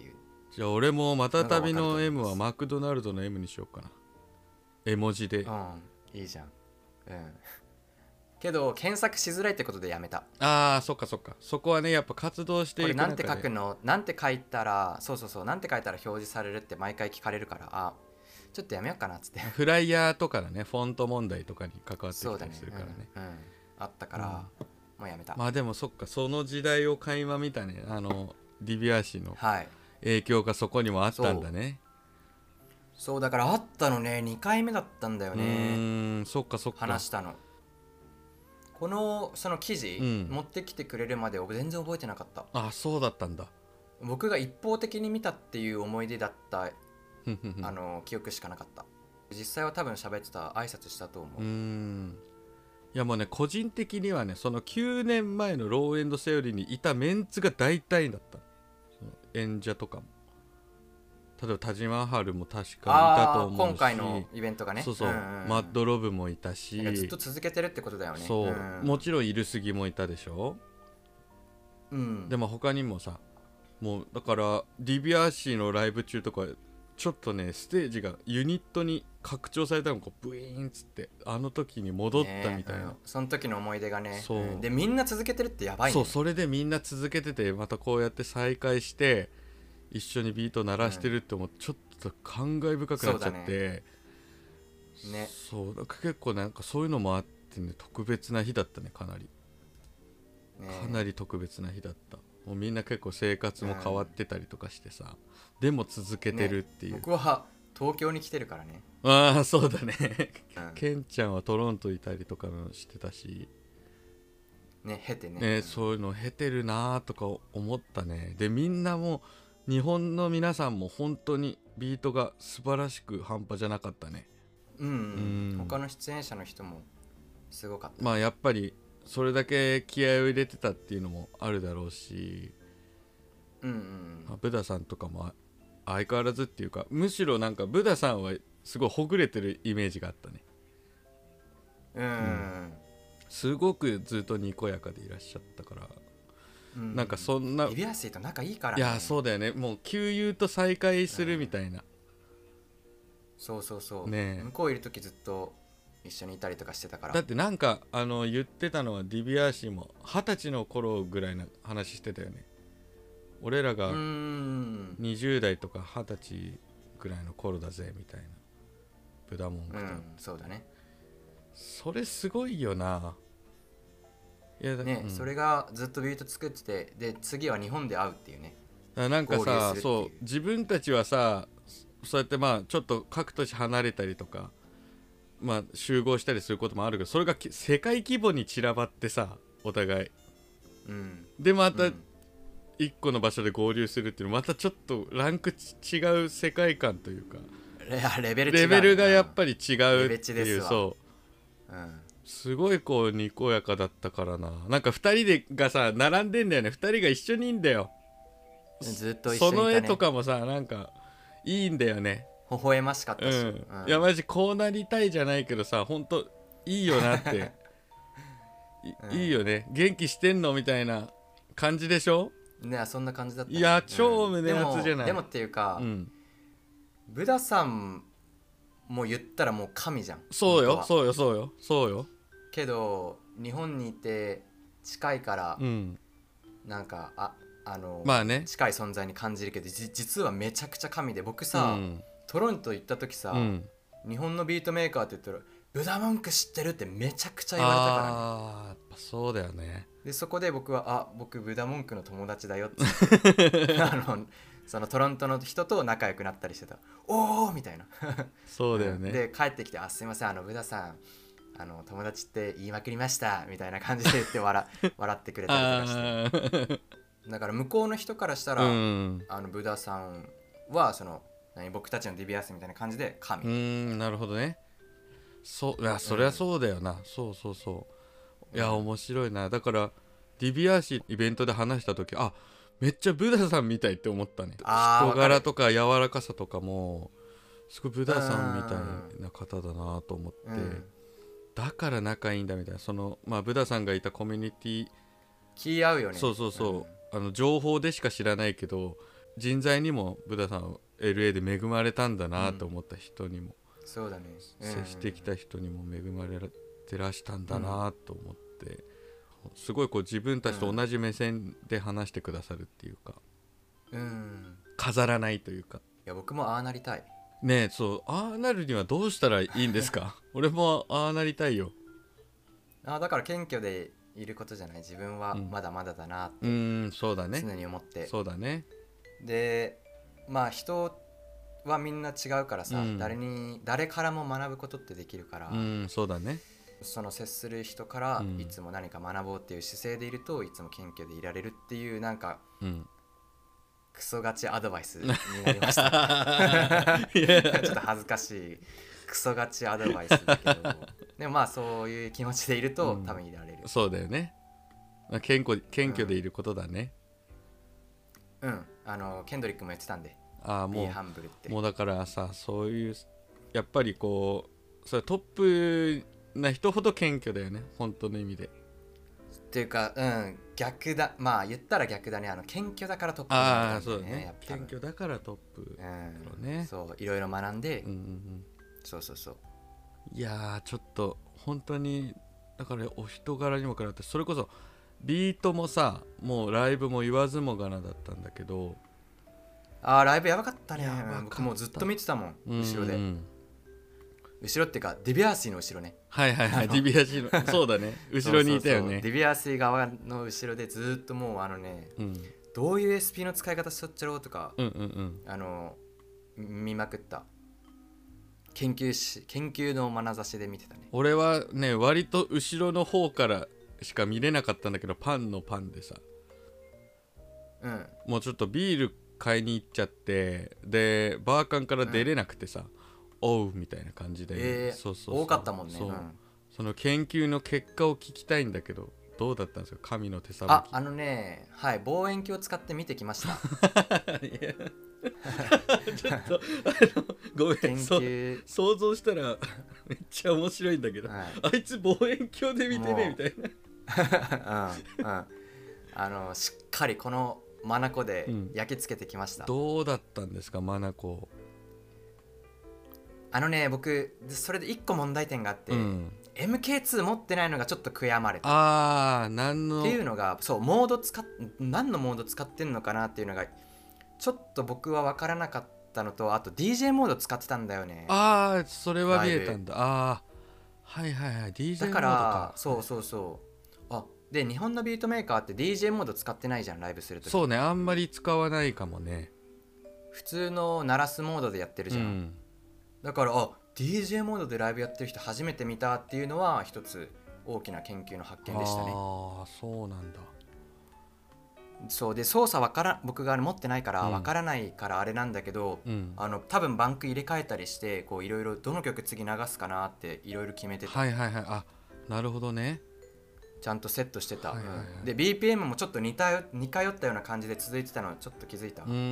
じゃあ俺もまた旅ののが分かると思い M ますはマクドナルドの M にしようかな。絵文字で。 うんいいじゃん。うんけど検索しづらいってことでやめた。 ああ、そっかそっか。そこはね、やっぱ活動してこれいく中で。 なんて書くのなんて書いたらそうそうそうなんて書いたら表示されるって毎回聞かれるから、あちょっとやめようかなっつって。 フライヤーとかのね、フォント問題とかに関わってきたりそうだねするからね。 うん、うん、あったから、もうやめた。 まあでもそっか、その時代を垣間見たね、あのディビアーシのはい影響がそこにもあったんだね。 そうだからあったのねにかいめだったんだようね。 ーん、そっかそっか。 話したのこのその記事、 うん、 持ってきてくれるまで僕全然覚えてなかった。 あ、そうだったんだ。 僕が一方的に見たっていう思い出だったふんふんふんあの記憶しかなかった。実際は多分喋ってた挨拶したと思う。 うーん、いやもうね、個人的にはね、そのきゅうねんまえのローエンドセオリーにいたメンツが大体だった。その演者とかも、例えば田島春も確かいたと思うし、 今回のイベントがね、 そうそう、 んんんマッドロブもいたし、 ずっと続けてるってことだよね。 そう、 んもちろんイルスギもいたでしょ。 うん、 でも他にもさ、もうだからディビアーシーのライブ中とかちょっとね、ステージがユニットに拡張されたのがこうブイーンっつってあの時に戻ったみたいな、 ねうんその時の思い出がね。 そう、 んでみんな続けてるってやばいね。 そう、それでみんな続けてて、またこうやって再会して一緒にビート鳴らしてるって思って、ちょっと感慨深くなっちゃって、 そうだねねそうだから結構なんかそういうのもあってね、特別な日だったね。かなりねかなり特別な日だった。もうみんな結構生活も変わってたりとかしてさ、でも続けてるっていう、 ね僕は東京に来てるからね。 ああそうだねうんケンちゃんはトロントいたりとかのしてたしね経てねね、そういうの経てるなーとか思ったね。でみんなも日本の皆さんも本当にビートが素晴らしく半端じゃなかったね。 うん、うんうん他の出演者の人もすごかった。 まあやっぱりそれだけ気合を入れてたっていうのもあるだろうし、 うんうんまあブダさんとかも相変わらずっていうか、むしろなんかブダさんはすごいほぐれてるイメージがあったね。 うんうんすごくずっとにこやかでいらっしゃったから、 うんなんかそんな、 ビビアシーと仲いいからいね。 やそうだよね、もう旧友と再会するみたいな、 そうそうそう、 ねえ向こういる時ずっと一緒にいたりとかしてたから。 だってなんかあの言ってたのはディビアーシーも二十歳の頃ぐらいな話してたよね。俺らうーがんにじゅう代とか二十歳ぐらいの頃だぜみたいな、ブダモンクと、 うんそうだねそれすごいよな。いやだね、 うん、 それがずっとビート作ってて、で次は日本で会うっていうね。 だからなんか合流さ、 するっていうそう自分たちはさ、そうやってまあちょっと各都市離れたりとか、まあ集合したりすることもあるけど、それがき世界規模に散らばってさ、お互いうんでまたうん一個の場所で合流するっていうのまたちょっとランク違う世界観というか、 レレベル違うレベルがやっぱり違うレベっていう、 チですわそううんすごいこうにこやかだったからな。なんかふたりでがさ並んでんだよね。ふたりが一緒にいんだよ。 ずっと一緒にいた、ね、 その絵とかもさ、なんかいいんだよね。 微笑ましかっうたし、 ん、 うんいやマジこうなりたいじゃないけどさ、ほんといいよなってい,、 うんいいよね、元気してんのみたいな感じでしょ。 ねそんな感じだったね、 いやうん超胸熱じゃないでもでもっていうか、 うん、 ブダさんも言ったらもう神じゃん。 そうよ本当はそうよそうよそうよ。 けど日本にいて近いから、 うんなんかああの、 まあね、 近い存在に感じるけど、じ実はめちゃくちゃ神で、僕うさ、 んトロント行った時さ、 うん、 日本のビートメーカーって言ったらブダモンク知ってるってめちゃくちゃ言われたからね。 あーやっぱそうだよね。 でそこで僕はあ僕ブダモンクの友達だよってあのそのトロントの人と仲良くなったりしてた。おおみたいなそうだよね、 で帰ってきて、あすいませんあのブダさんあの友達って言いまくりましたみたいな感じで言って笑笑ってくれたりとかして、 あーだから向こうの人からしたら、 うんあのブダさんはその何僕たちのディビアスみたいな感じで神、 うーんなるほどね。そういやそりゃそうだよな、そうそうそう。いや面白いな。だからディビアーシイベントで話した時、あめっちゃブダさんみたいって思ったね。 あー人柄とか柔らかさとかもすごいブダさんみたいな方だなと思って、 うんだから仲いいんだみたいな。そのまあブダさんがいたコミュニティ、 気合うよね。 そうそうそう、あの情報でしか知らないけど人材にもブダさん エルエー で恵まれたんだなと思った人にも、 うん、そうだね、 うん、接してきた人にも恵まれてらしたんだなと思って、うん、すごいこう自分たちと同じ目線で話してくださるっていうか、 うん、 飾らないというか。 いや僕もああなりたいねえ。そうああなるにはどうしたらいいんですか？俺もああなりたいよ。 あだから謙虚でいることじゃない、自分はまだまだだなって、 うん、うんそうだね、 常に思って。 そうだね。 でまあ人はみんな違うからさ、うん、誰に誰からも学ぶことってできるから、 うん、そうだね。 その接する人からいつも何か学ぼうっていう姿勢でいると、いつも謙虚でいられるっていう、なんか、うん、クソガチアドバイスになりましたちょっと恥ずかしいクソガチアドバイスだけどでもまあそういう気持ちでいると、うん、多分いられる。 そうだよね。謙虚、謙虚でいることだね。 うん、うん、あのケンドリックも言ってたんで、 あもうハンブルって。 もうだからさ、そういうやっぱりこうそれトップな人ほど謙虚だよね、本当の意味で。 っていうか、うん、逆だ。まあ言ったら逆だね。あの謙虚だからトップなんだよね。ああそうだね。謙虚だからトップだろうね。 うん、そういろいろ学んで、 うんうんうん、 そうそうそう。 いやーちょっと本当にだからお人柄にもかなって、それこそビートもさ、もうライブも言わずもがなだったんだけど、 あーライブやばかったね。僕もうずっと見てたもん、後ろで、うんうん、後ろっていうかディビアーシーの後ろね。 はいはいはい、ディビアーシーのそうだね、後ろにいたよね。そうそうそう、 ディビアーシー側の後ろでずっともうあのね、うん、どういう エスピー の使い方しとっちゃろうとか、うんうんうん、あの見まくった。研究し研究の眼差しで見てたね。 俺はね割と後ろの方からしか見れなかったんだけど、パンのパンでさ、うん、もうちょっとビール買いに行っちゃって、でバーカンから出れなくてさ、うん、おうみたいな感じで、 えー、そうそうそう多かったもんね。 そう、うん、その研究の結果を聞きたいんだけど、どうだったんですか、神の手さばき。 ああのね、はい望遠鏡を使って見てきましたいやちょっとあのごめん、研究想像したらめっちゃ面白いんだけど、はい、あいつ望遠鏡で見てねみたいなうん、うん、あのしっかりこのマナコで焼き付けてきました、 うん、どうだったんですかマナコ。 あのね僕それでいっこ問題点があって、うん、エムケーツー 持ってないのがちょっと悔やまれた。 あー何のっていうのが、そうモード使っ何のモード使ってんのかなっていうのがちょっと僕は分からなかったのと、あと ディージェー モード使ってたんだよね。 ああそれは見えたんだ。ああはいはいはい ディージェー モードか。だからそうそうそう、あで日本のビートメーカーって ディージェー モード使ってないじゃん、ライブするとき。 そうね、あんまり使わないかもね。 普通の鳴らすモードでやってるじゃん、うん、だからあ ディージェー モードでライブやってる人初めて見たっていうのは一つ大きな研究の発見でしたね。 ああそうなんだ。 そうで操作わから僕が持ってないからわからないからあれなんだけど、うん、あの多分バンク入れ替えたりしてこういろいろどの曲次流すかなっていろいろ決めてた。 はいはいはい、あなるほどね、 ちゃんとセットしてた、はいはいはい、うん、で ビーピーエム もちょっと似た似通ったような感じで続いてたのちょっと気づいた、うんうんうん、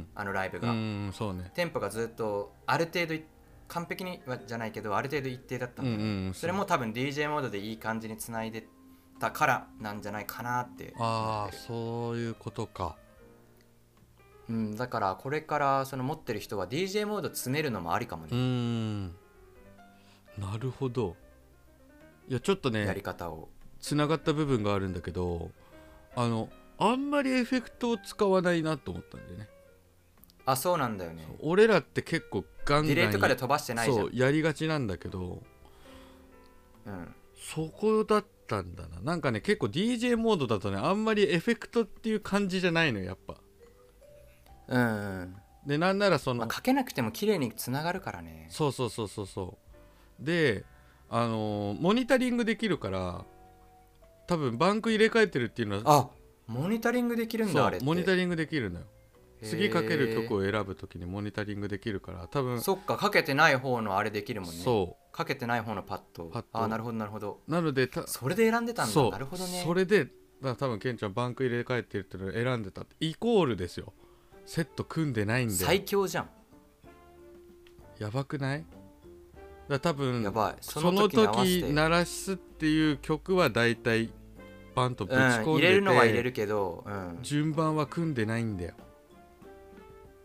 あのライブが、うんうん、そうね、テンポがずっとある程度完璧にはじゃないけどある程度一定だったんだ、うんうん、それも多分 ディージェー モードでいい感じにつないでだからなんじゃないかなって。 ああそういうことか。 うん、だからこれからその持ってる人は ディージェー モード詰めるのもありかもね。 うーんなるほど。いやちょっとねやり方をつながった部分があるんだけど、あのあんまりエフェクトを使わないなと思ったんだよね。 あそうなんだよね。 俺らって結構ガンガンディレイとかで飛ばしてないじゃん。 そうやりがちなんだけど、うん、そこだったんだな。なんかね結構 ディージェー モードだとねあんまりエフェクトっていう感じじゃないのよやっぱ。うん、うん、でなんならその、まあ、 かけなくても綺麗につながるからね。 そうそうそうそうそうであのー、モニタリングできるから多分バンク入れ替えてるっていうのはあモニタリングできるんだ。あれってモニタリングできるのよ。次かける曲を選ぶときにモニタリングできるから多分そっかかけてない方のあれできるもんね。そうかけてない方のパッド。パッドあなるほどなるほど。 なのでたそれで選んでたんだ。なるほどね。 それでだ多分ケンちゃんバンク入れ替えてるっていうのを選んでたってイコールですよ。セット組んでないんで最強じゃん。 やばくない？だ多分やばい。 その時鳴らすっていう曲はだいたいバンとぶち込んでて、うん、 入れるのは入れるけど、うん、 順番は組んでないんだよ。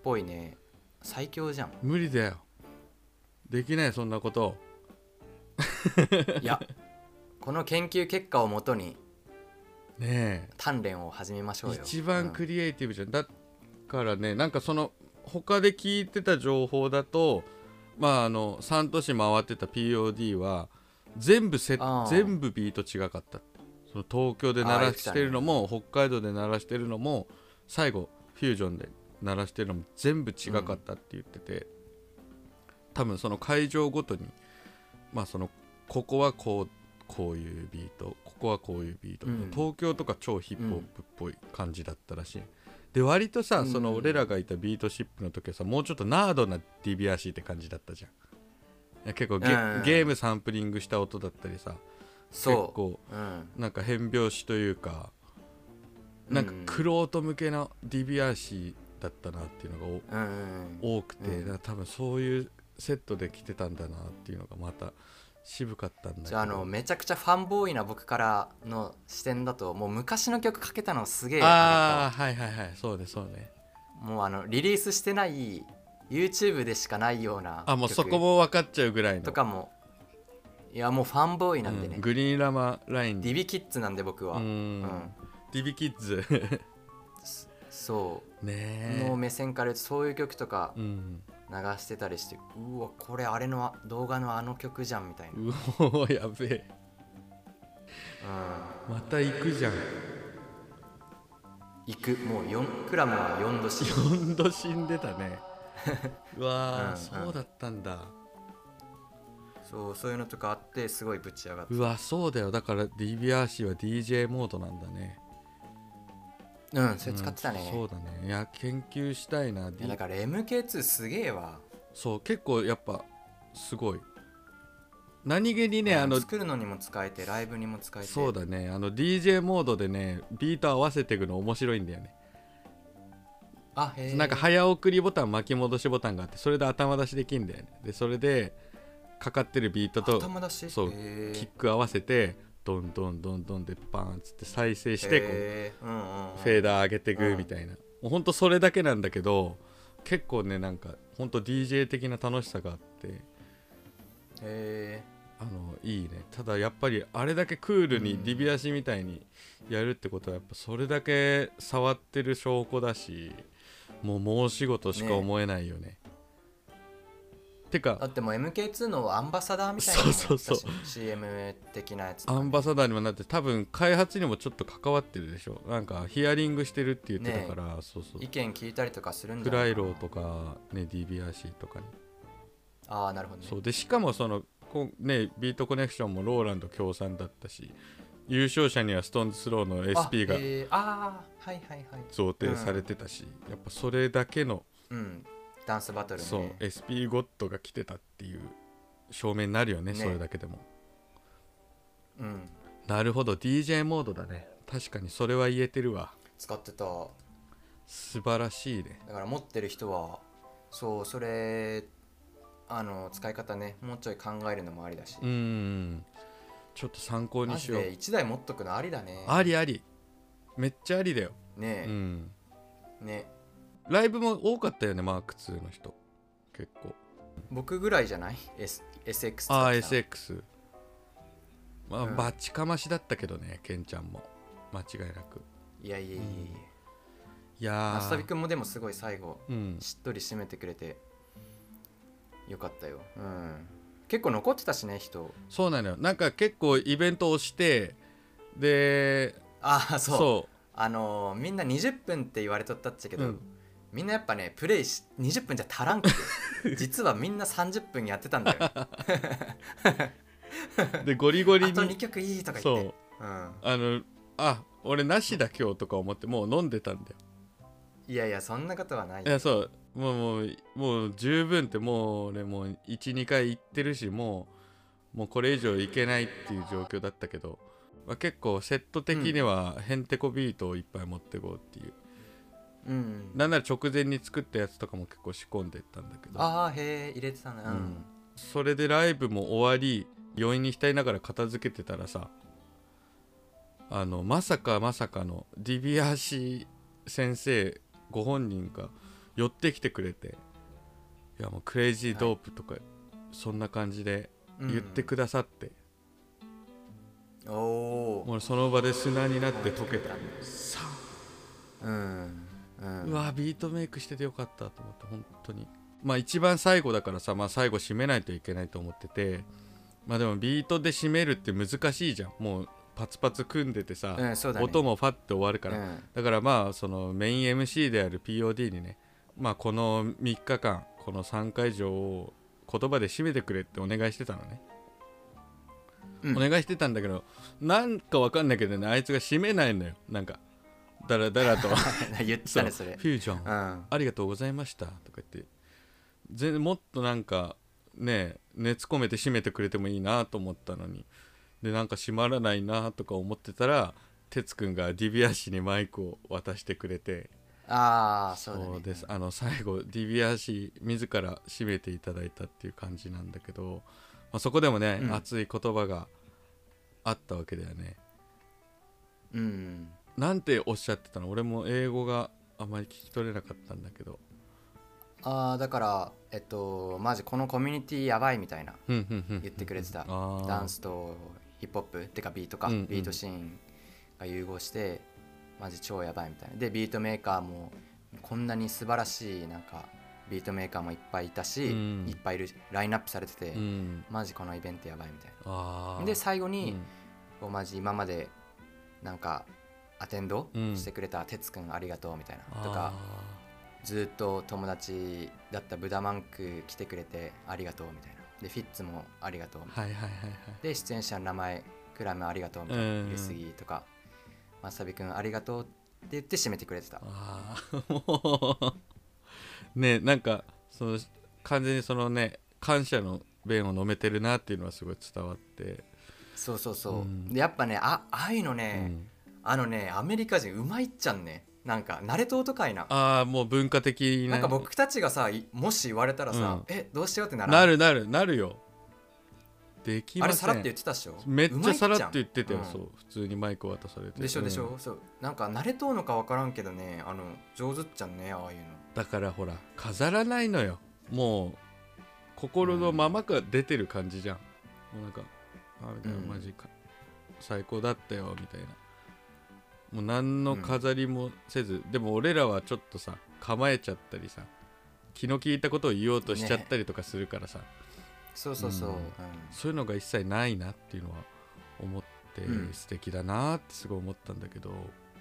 ぽいね。最強じゃん。 無理だよ、できないそんなこと。 いやこの研究結果をもとにねえ鍛錬を始めましょうよ。 一番クリエイティブじゃん、うん、だからね、なんかその他で聞いてた情報だと、まああのさん都市回ってた ピーオーディー は全部セ全部ビート違かったって。その東京で鳴らしてるのも、ね、北海道で鳴らしてるのも、最後フュージョンで鳴らしてるのも全部違かったって言ってて、うん、多分その会場ごとに、まあそのここはこうこういうビート、ここはこういうビート、うん、東京とか超ヒップホップっぽい感じだったらしい。で割とさ、その俺らがいたビートシップの時はさ、もうちょっとナードな ディービーアーシー って感じだったじゃん。いや結構 ゲ,、うん、ゲームサンプリングした音だったりさ、 そう結構、うん、なんか変拍子というか、なんか玄人向けの ディービーアーシー だったなっていうのが、うん、多くて、だから多分そういうセットで来てたんだなっていうのがまた渋かったんだけど。 じゃあ、あのめちゃくちゃファンボーイな僕からの視点だと、もう昔の曲かけたのすげえ。 ああはいはいはい、そうねそうね。 もうあのリリースしてない YouTube でしかないような曲、 あもうそこも分かっちゃうぐらいのとかも、いやもうファンボーイなんでね、 うん、グリーンラマラインディビキッズなんで僕は。うん、うん、 ディビキッズそうねの目線からそういう曲とか流してたりして、うん、うわこれあれの動画のあの曲じゃんみたいな。 うおやべえ、うん、また行くじゃん。 行く、もうよんクラムはよんど死んよんど死んでたねうわー、うん、そうだったんだ。 そうそういうのとかあってすごいぶち上がった。 うわそうだよ、だから ディービーアーシー は ディージェー モードなんだね。 うんそれ使ってたね、 うん、そうだね。いや研究したいな。 いやだから エムケーツー すげえわ。 そう結構やっぱすごい。何気にね、うん、あの作るのにも使えてライブにも使えて。 そうだね、あの ディージェー モードでねビート合わせていくの面白いんだよね。 あへー、 なんか早送りボタン巻き戻しボタンがあって、それで頭出しできるんだよね。でそれでかかってるビートと頭出し、 そうキック合わせてドンドンドンドンでバーンっつって再生してこう、うんうんうん、フェーダー上げていくみたいな、うん、もうほんとそれだけなんだけど、結構ねなんかほんと ディージェー 的な楽しさがあって、 へあのいいね。ただやっぱりあれだけクールにディビアシみたいにやるってことはやっぱそれだけ触ってる証拠だし、もう申し事しか思えないよね。ねてかだってもう エムケーツー のアンバサダーみたいなのもそうそうそうシーエム 的なやつとか、 ね、アンバサダーにもなって、多分開発にもちょっと関わってるでしょ。なんかヒアリングしてるって言ってたから、ね、そうそう意見聞いたりとかするんじゃないかな。フライローとかね ディービーアーシー とかに。 ああなるほどね。 そうでしかもそのこねビートコネクションもローランド協賛だったし、優勝者にはストーンズスローの エスピー が贈呈されてたし、やっぱそれだけの、 うん、ダンスバトル、ね、 そう エスピー ゴッドが来てたっていう証明になるよね、ねそれだけでも。 うん、 なるほど ディージェー モードだね。確かにそれは言えてるわ。 使ってた。 素晴らしいね。 だから持ってる人はそうそれあの使い方ねもうちょい考えるのもありだし、 うん、ちょっと参考にしよう。 マジでいちだい持っとくのありだね。 ありあり、めっちゃありだよねえ、うん、ね。 ライブも多かったよねマークツーの人結構。 僕ぐらいじゃない？ S、エスエックスああ エスエックス、まあ、うん、バチかましだったけどねケンちゃんも間違いなく。 いやいやいやいや、うん、いやーマスタビ君もでもすごい最後、うん、しっとり締めてくれてよかったよ、うん、結構残ってたしね人。 そうなのよ、なんか結構イベントをしてで、 ああそうそうあのー、みんなにじゅっぷんって言われとったっちゃけど、うん、みんなやっぱねプレイしにじゅっぷんじゃ足らんくて実はみんなさんじゅっぷんやってたんだよでゴリゴリにあとにきょくいいとか言って、 そう、うん、あのあ俺なしだ今日とか思ってもう飲んでたんだよ。 いやいやそんなことはない。 いやそうもうもうもう十分って、もう俺もう いち,に 回行ってるし、もうもうこれ以上行けないっていう状況だったけど、まあ、結構セット的にはへんてこビートをいっぱい持ってこうっていう、うん、なんなら直前に作ったやつとかも結構仕込んでったんだけど。 ああへえ入れてたね、うん、 それでライブも終わり余韻に浸りながら片付けてたらさ、あのまさかまさかのディビアシ先生ご本人が寄ってきてくれて、いやもうクレイジードープとか、はい、そんな感じで言ってくださって、 うん、おもうその場で砂になって溶けたさあ、うんうん、 うわビートメイクしててよかったと思って、本当にまあ一番最後だからさ、まあ、最後締めないといけないと思ってて、まあでもビートで締めるって難しいじゃん、もうパツパツ組んでてさ、 うんそうだね、 音もファッて終わるから、うん、だからまあそのメイン エムシー である ピーオーディー にね、まあこのみっかかんこのさんかい以上を言葉で締めてくれってお願いしてたのね、うん、お願いしてたんだけど、なんかわかんないけどね、あいつが締めないのよ、なんかだらだらと言ってたねそれ。 フュージョン、うん、ありがとうございましたとか言って、全然もっとなんかね熱込めて締めてくれてもいいなと思ったのに、でなんか閉まらないなとか思ってたら、哲くんがディビアシにマイクを渡してくれて、 ああそうだね、 そうです、あの最後ディビアシ自ら締めていただいたっていう感じなんだけど、まあ、そこでもね、うん、熱い言葉があったわけだよね。 うん、 なんておっしゃってたの？俺も英語があまり聞き取れなかったんだけど。 あだからえっとマジこのコミュニティやばいみたいな言ってくれてた。ダンスとヒップホップってかビートか、うんうん、ビートシーンが融合してマジ超やばいみたいな。でビートメーカーもこんなに素晴らしいなんかビートメーカーもいっぱいいたし、うん、いっぱいいるラインナップされてて、うん、マジこのイベントやばいみたいな。で最後に、うん、こうマジ今までなんかアテンドしてくれた哲くんありがとうみたいなとか、ずっと友達だったブダマンク来てくれてありがとうみたいな。でフィッツもありがとうみたいな、はいはいはいはい、で出演者の名前クラムありがとうみたいな、入れすぎとかまさびくんありがとうって言って締めてくれてた。 あもうね、なんかその完全にそのね感謝の弁を飲めてるなっていうのはすごい伝わって、 そうそうそう、うん、でやっぱね あ, ああいうのね、うん、あのねアメリカ人うまいっちゃんね、なんか慣れとうとかいなあ、もう文化的な、 なんか僕たちがさもし言われたらさ、うん、えどうしようってならなるなるなるよ。できません。 あれさらって言ってたっしょ。 めっちゃさらって言ってたよ、うん、そう普通にマイク渡されてでしょでしょ、うん、そうなんか慣れとうのか分からんけどね、あの上手っちゃんねああいうの。 だからほら飾らないのよ、もう心のままが出てる感じじゃん、うん、もうなんかあみたいな、マジか、最高だったよみたいな、もう何の飾りもせず、うん、でも俺らはちょっとさ構えちゃったりさ気の利いたことを言おうとしちゃったりとかするからさ、ね、 そうそうそう、うん、 そういうのが一切ないなっていうのは思って、うん、素敵だなってすごい思ったんだけど、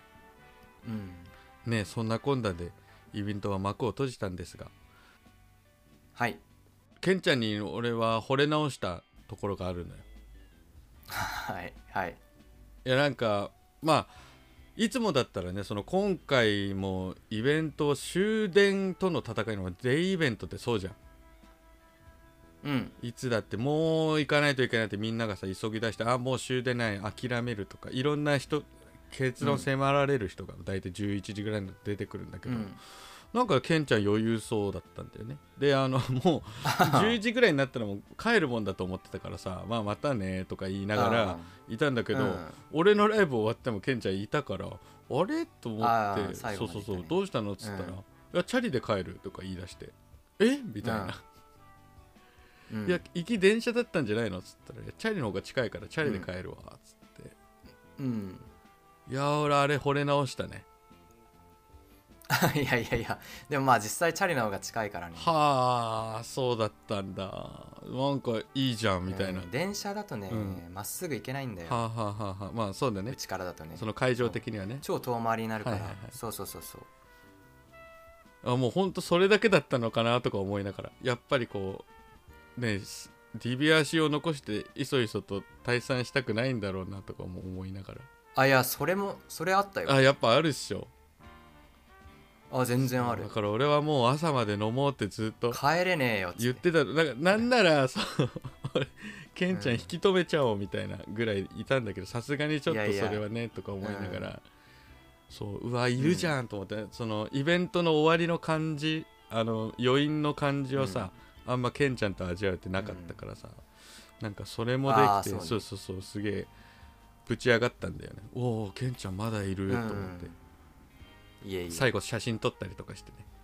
うん、ね、そんなこんなでイベントは幕を閉じたんですが、 はい、 ケンちゃんに俺は惚れ直したところがあるのよはいはい、 いやなんかまあいつもだったらね、その今回もイベント終電との戦いのデイイベントってそうじゃん、うん、いつだってもう行かないといけないってみんながさ急ぎ出して、あもう終電ない諦めるとかいろんな人結論迫られる人が大体じゅういちじぐらいに出てくるんだけど、うん、なんかケンちゃん余裕そうだったんだよね。であのもうじゅういちじぐらいになったらもう帰るもんだと思ってたからさ、まあまたねとか言いながらいたんだけど、うん、俺のライブ終わってもケンちゃんいたから、あれと思って、ね、そうそうそうどうしたのっつったら、うん、いやチャリで帰るとか言い出して、えみたいな、うん、いや行き電車だったんじゃないのっつったら、いやチャリの方が近いからチャリで帰るわっつって、うん、いや俺あれ惚れ直したねいやいやいや、でもまあ実際チャリの方が近いからね。 はあそうだったんだ、なんかいいじゃんみたいな、 うん、電車だとねま、うん、っすぐ行けないんだよ。 はあはあはあはあ、まあそうだね、 うちからだとね、 その会場的にはね超遠回りになるから、はいはいはい、そうそうそうそう、 あもうほんとそれだけだったのかなとか思いながら、やっぱりこうねディビアシを残していそいそと退散したくないんだろうなとかも思いながら、 あいやそれもそれあったよ。 あやっぱあるっしょ。 あ全然ある。 だから俺はもう朝まで飲もうってずっと帰れねえよっ言ってた。なんかなんならそうケンちゃん引き止めちゃおうみたいなぐらいいたんだけど、さすがにちょっとそれはねとか思いながら、うん、そううわいるじゃんと思って、うん、そのイベントの終わりの感じ、あの余韻の感じをさ、うん、あんまケンちゃんと味わえてなかったからさ、うん、なんかそれもできて、そう、ね、そうそうそうすげえぶち上がったんだよね。おおケンちゃんまだいると思って、うん、いえいえ最後写真撮ったりとかしてね、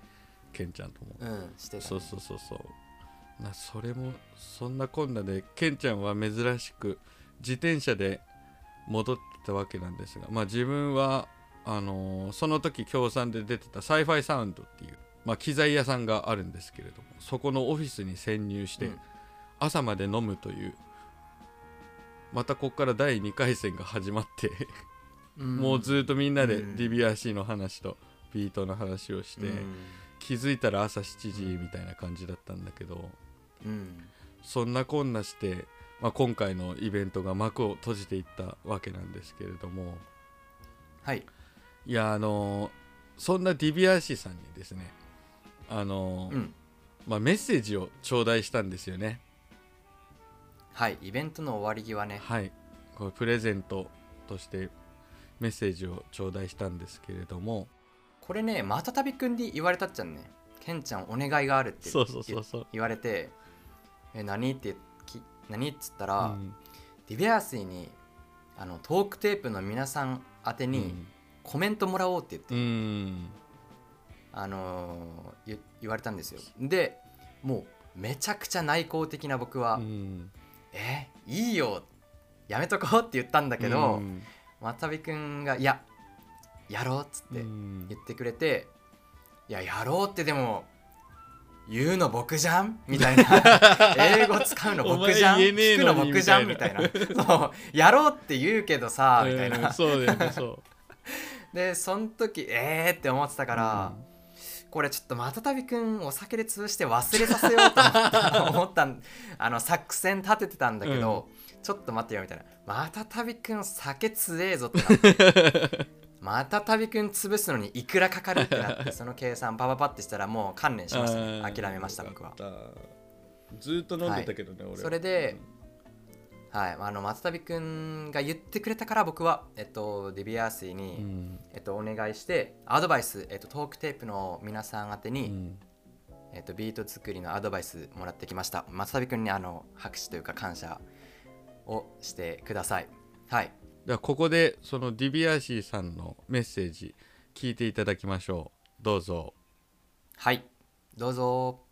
ケンちゃんとも。 うんしてた、ね、 そうそうそうそうな。それもそんなこんなでケンちゃんは珍しく自転車で戻ってたわけなんですが、まあ自分はあのーその時協賛で出てたサイファイサウンドっていう、まあ、機材屋さんがあるんですけれども、そこのオフィスに潜入して、 うん朝まで飲むという、またここからだいにかい戦が始まってうんもうずっとみんなでうんディビアシー の話とビートの話をして、 うん気づいたら朝しちじみたいな感じだったんだけど、 うんそんなこんなして、まあ、今回のイベントが幕を閉じていったわけなんですけれども、 はいいやあのーそんなディビアシーさんにですね、あのーうんまあ、メッセージを頂戴したんですよね。 はいイベントの終わり際ねはいこれプレゼントとしてメッセージを頂戴したんですけれども、 これねまたたびくんに言われたっちゃんね。ケンちゃんお願いがあるってそうそうそうそう、 言われてえ何ってき何っつったら、 うんディビアスイにあのトークテープの皆さん宛てにコメントもらおうって言って、 うんうんあのー言言われたんですよ。でもうめちゃくちゃ内向的な僕は、 うんえいいよやめとこうって言ったんだけど、 うんまたびくんがいややろうっつってうん言ってくれて、いややろうってでも言うの僕じゃんみたいな英語使うの僕じゃんお前言えねえ聞くのにの僕じゃんみたいなそうやろうって言うけどさみたいな、 うんそうだよねそでその時えーって思ってたかう、 ら、これちょっとまたたびくんお酒で潰して忘れさせようと思った思ったんあの作戦立ててたんだけど、ちょっと待ってよみたいな、またたびくん酒強えぞってなってまたたびくん潰すのにいくらかかるってなってその計算パパパってしたらもう観念しましたね。 あー諦めました僕はよかったずーっと飲んでたけどね、俺はそれで、はい、あの松旅くんが言ってくれたから僕は、えっと、ディビアーシーに、 うんえっと、お願いしてアドバイス、えっと、トークテープの皆さん宛てに、 うんえっと、ビート作りのアドバイスもらってきました。松旅くんにあの拍手というか感謝をしてください。はいではここでそのディビアシーさんのメッセージ聞いていただきましょう。どうぞ。 はいどうぞ。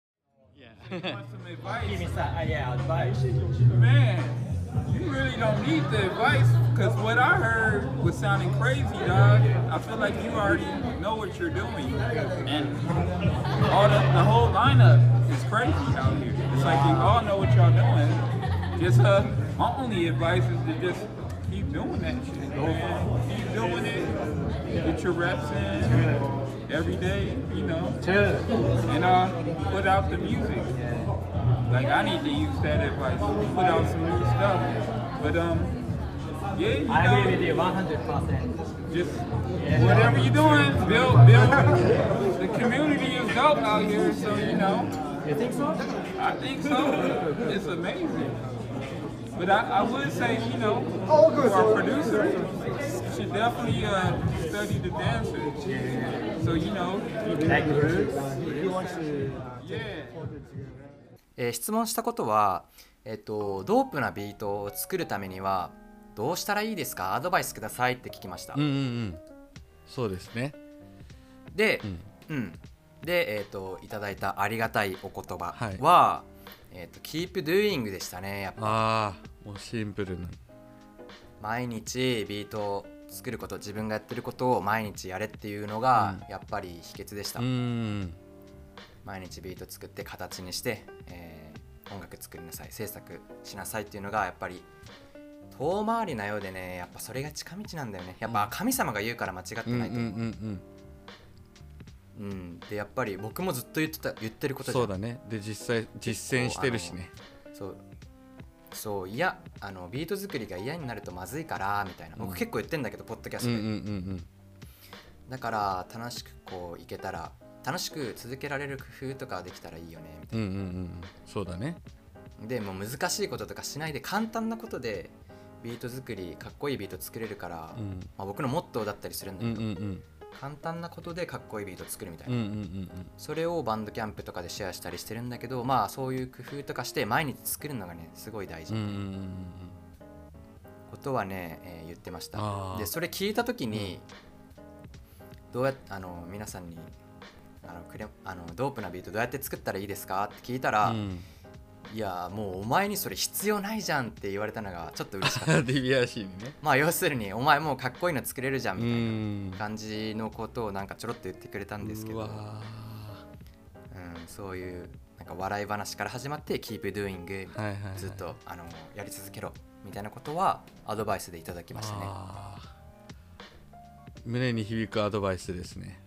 Want some advice? Give me some, uh, yeah, advice. Man, you really don't need the advice because what I heard was sounding crazy, dog. I feel like you already know what you're doing. And all the, the whole lineup is crazy out here. It's like you all know what y'all doing. Just uh, my only advice is to just keep doing that shit, man. Keep doing it. Get your reps in every day, you know. And uh, put out the music. Like I need to use that advice. Put out some new stuff. But um, yeah, you I agree with know, you one hundred percent. just whatever you're doing, build, build. The community is dope out here, so you know. You think so? I think so. It's amazing. But I, I would say, you know, for our producer, should definitely uh, study the dancers. So you know, Like roots? yeah. えー質問したことは、えっと、ドープなビートを作るためにはどうしたらいいですか、アドバイスくださいって聞きました。 うんうんうんそうですね。 で、 うんうん、で、えっといただいたありがたいお言葉はいは、えっと Keep doing でしたね。やっぱああもうシンプルな。 毎日ビートを作ること、自分がやってることを毎日やれっていうのがうんやっぱり秘訣でした。 うーん毎日ビート作って形にして、えー音楽作りなさい、制作しなさいっていうのがやっぱり遠回りなようでね、やっぱそれが近道なんだよね。やっぱ神様が言うから間違ってうんうんうないと思う。 んうん、でやっぱり僕もずっと言ってた言ってることじゃん。 そうだね。で実際実践してるしね。 そうそういやあのビート作りが嫌になるとまずいからみたいな、僕結構言ってんだけど、ポッドキャストで、 うんうんうんだから楽しくこういけたら、楽しく続けられる工夫とかできたらいいよねみたいうんうんうんうんそうだね。 な。でもう難しいこととかしないで簡単なことでビート作り、かっこいいビート作れるから、 うんまあ、僕のモットーだったりするんだうんけど、 うんうん簡単なことでかっこいいビート作るみたいな、 うんうんうんそれをバンドキャンプとかでシェアしたりしてるんだけど、まあそういう工夫とかして毎日作るのがねすごい大事うんうんうんうんことはね、えー言ってました。 あーでそれ聞いた時に、どうやっあの皆さんにあのクレあのドープなビートどうやって作ったらいいですかって聞いたら、 うん、 いやもうお前にそれ必要ないじゃんって言われたのがちょっと嬉しかった。 ディビアシーにね。 まあ要するにお前もうかっこいいの作れるじゃんみたいなうん感じのことをなんかちょろっと言ってくれたんですけど、 うわうん、そういうなんか笑い話から始まって Keep doing みたいな、 はいはいはい、 ずっとあのやり続けろみたいなことはアドバイスでいただきましたね。 あ胸に響くアドバイスですね。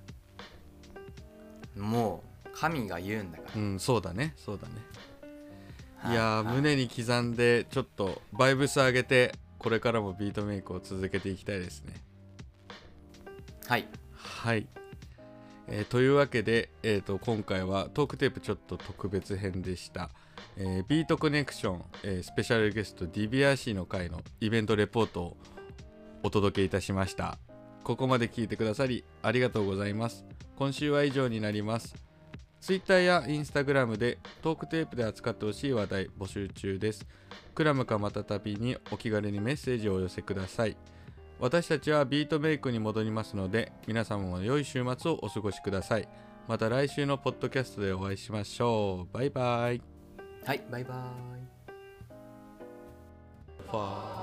もう神が言うんだから、 うんそうだねそうだね。 はいやー、 はい胸に刻んでちょっとバイブス上げてこれからもビートメイクを続けていきたいですね。 はいはい、えーというわけで、えー、と今回はトークテープちょっと特別編でした。えービートコネクション、えースペシャルゲスト ディビアーシー の回のイベントレポートをお届けいたしました。ここまで聞いてくださりありがとうございます。今週は以上になります。Twitter や Instagram でトークテープで扱ってほしい話題募集中です。クラムかまたたびにお気軽にメッセージをお寄せください。私たちはビートメイクに戻りますので、皆様も良い週末をお過ごしください。また来週のポッドキャストでお会いしましょう。バイバイ。 はいバイバイ。 ファー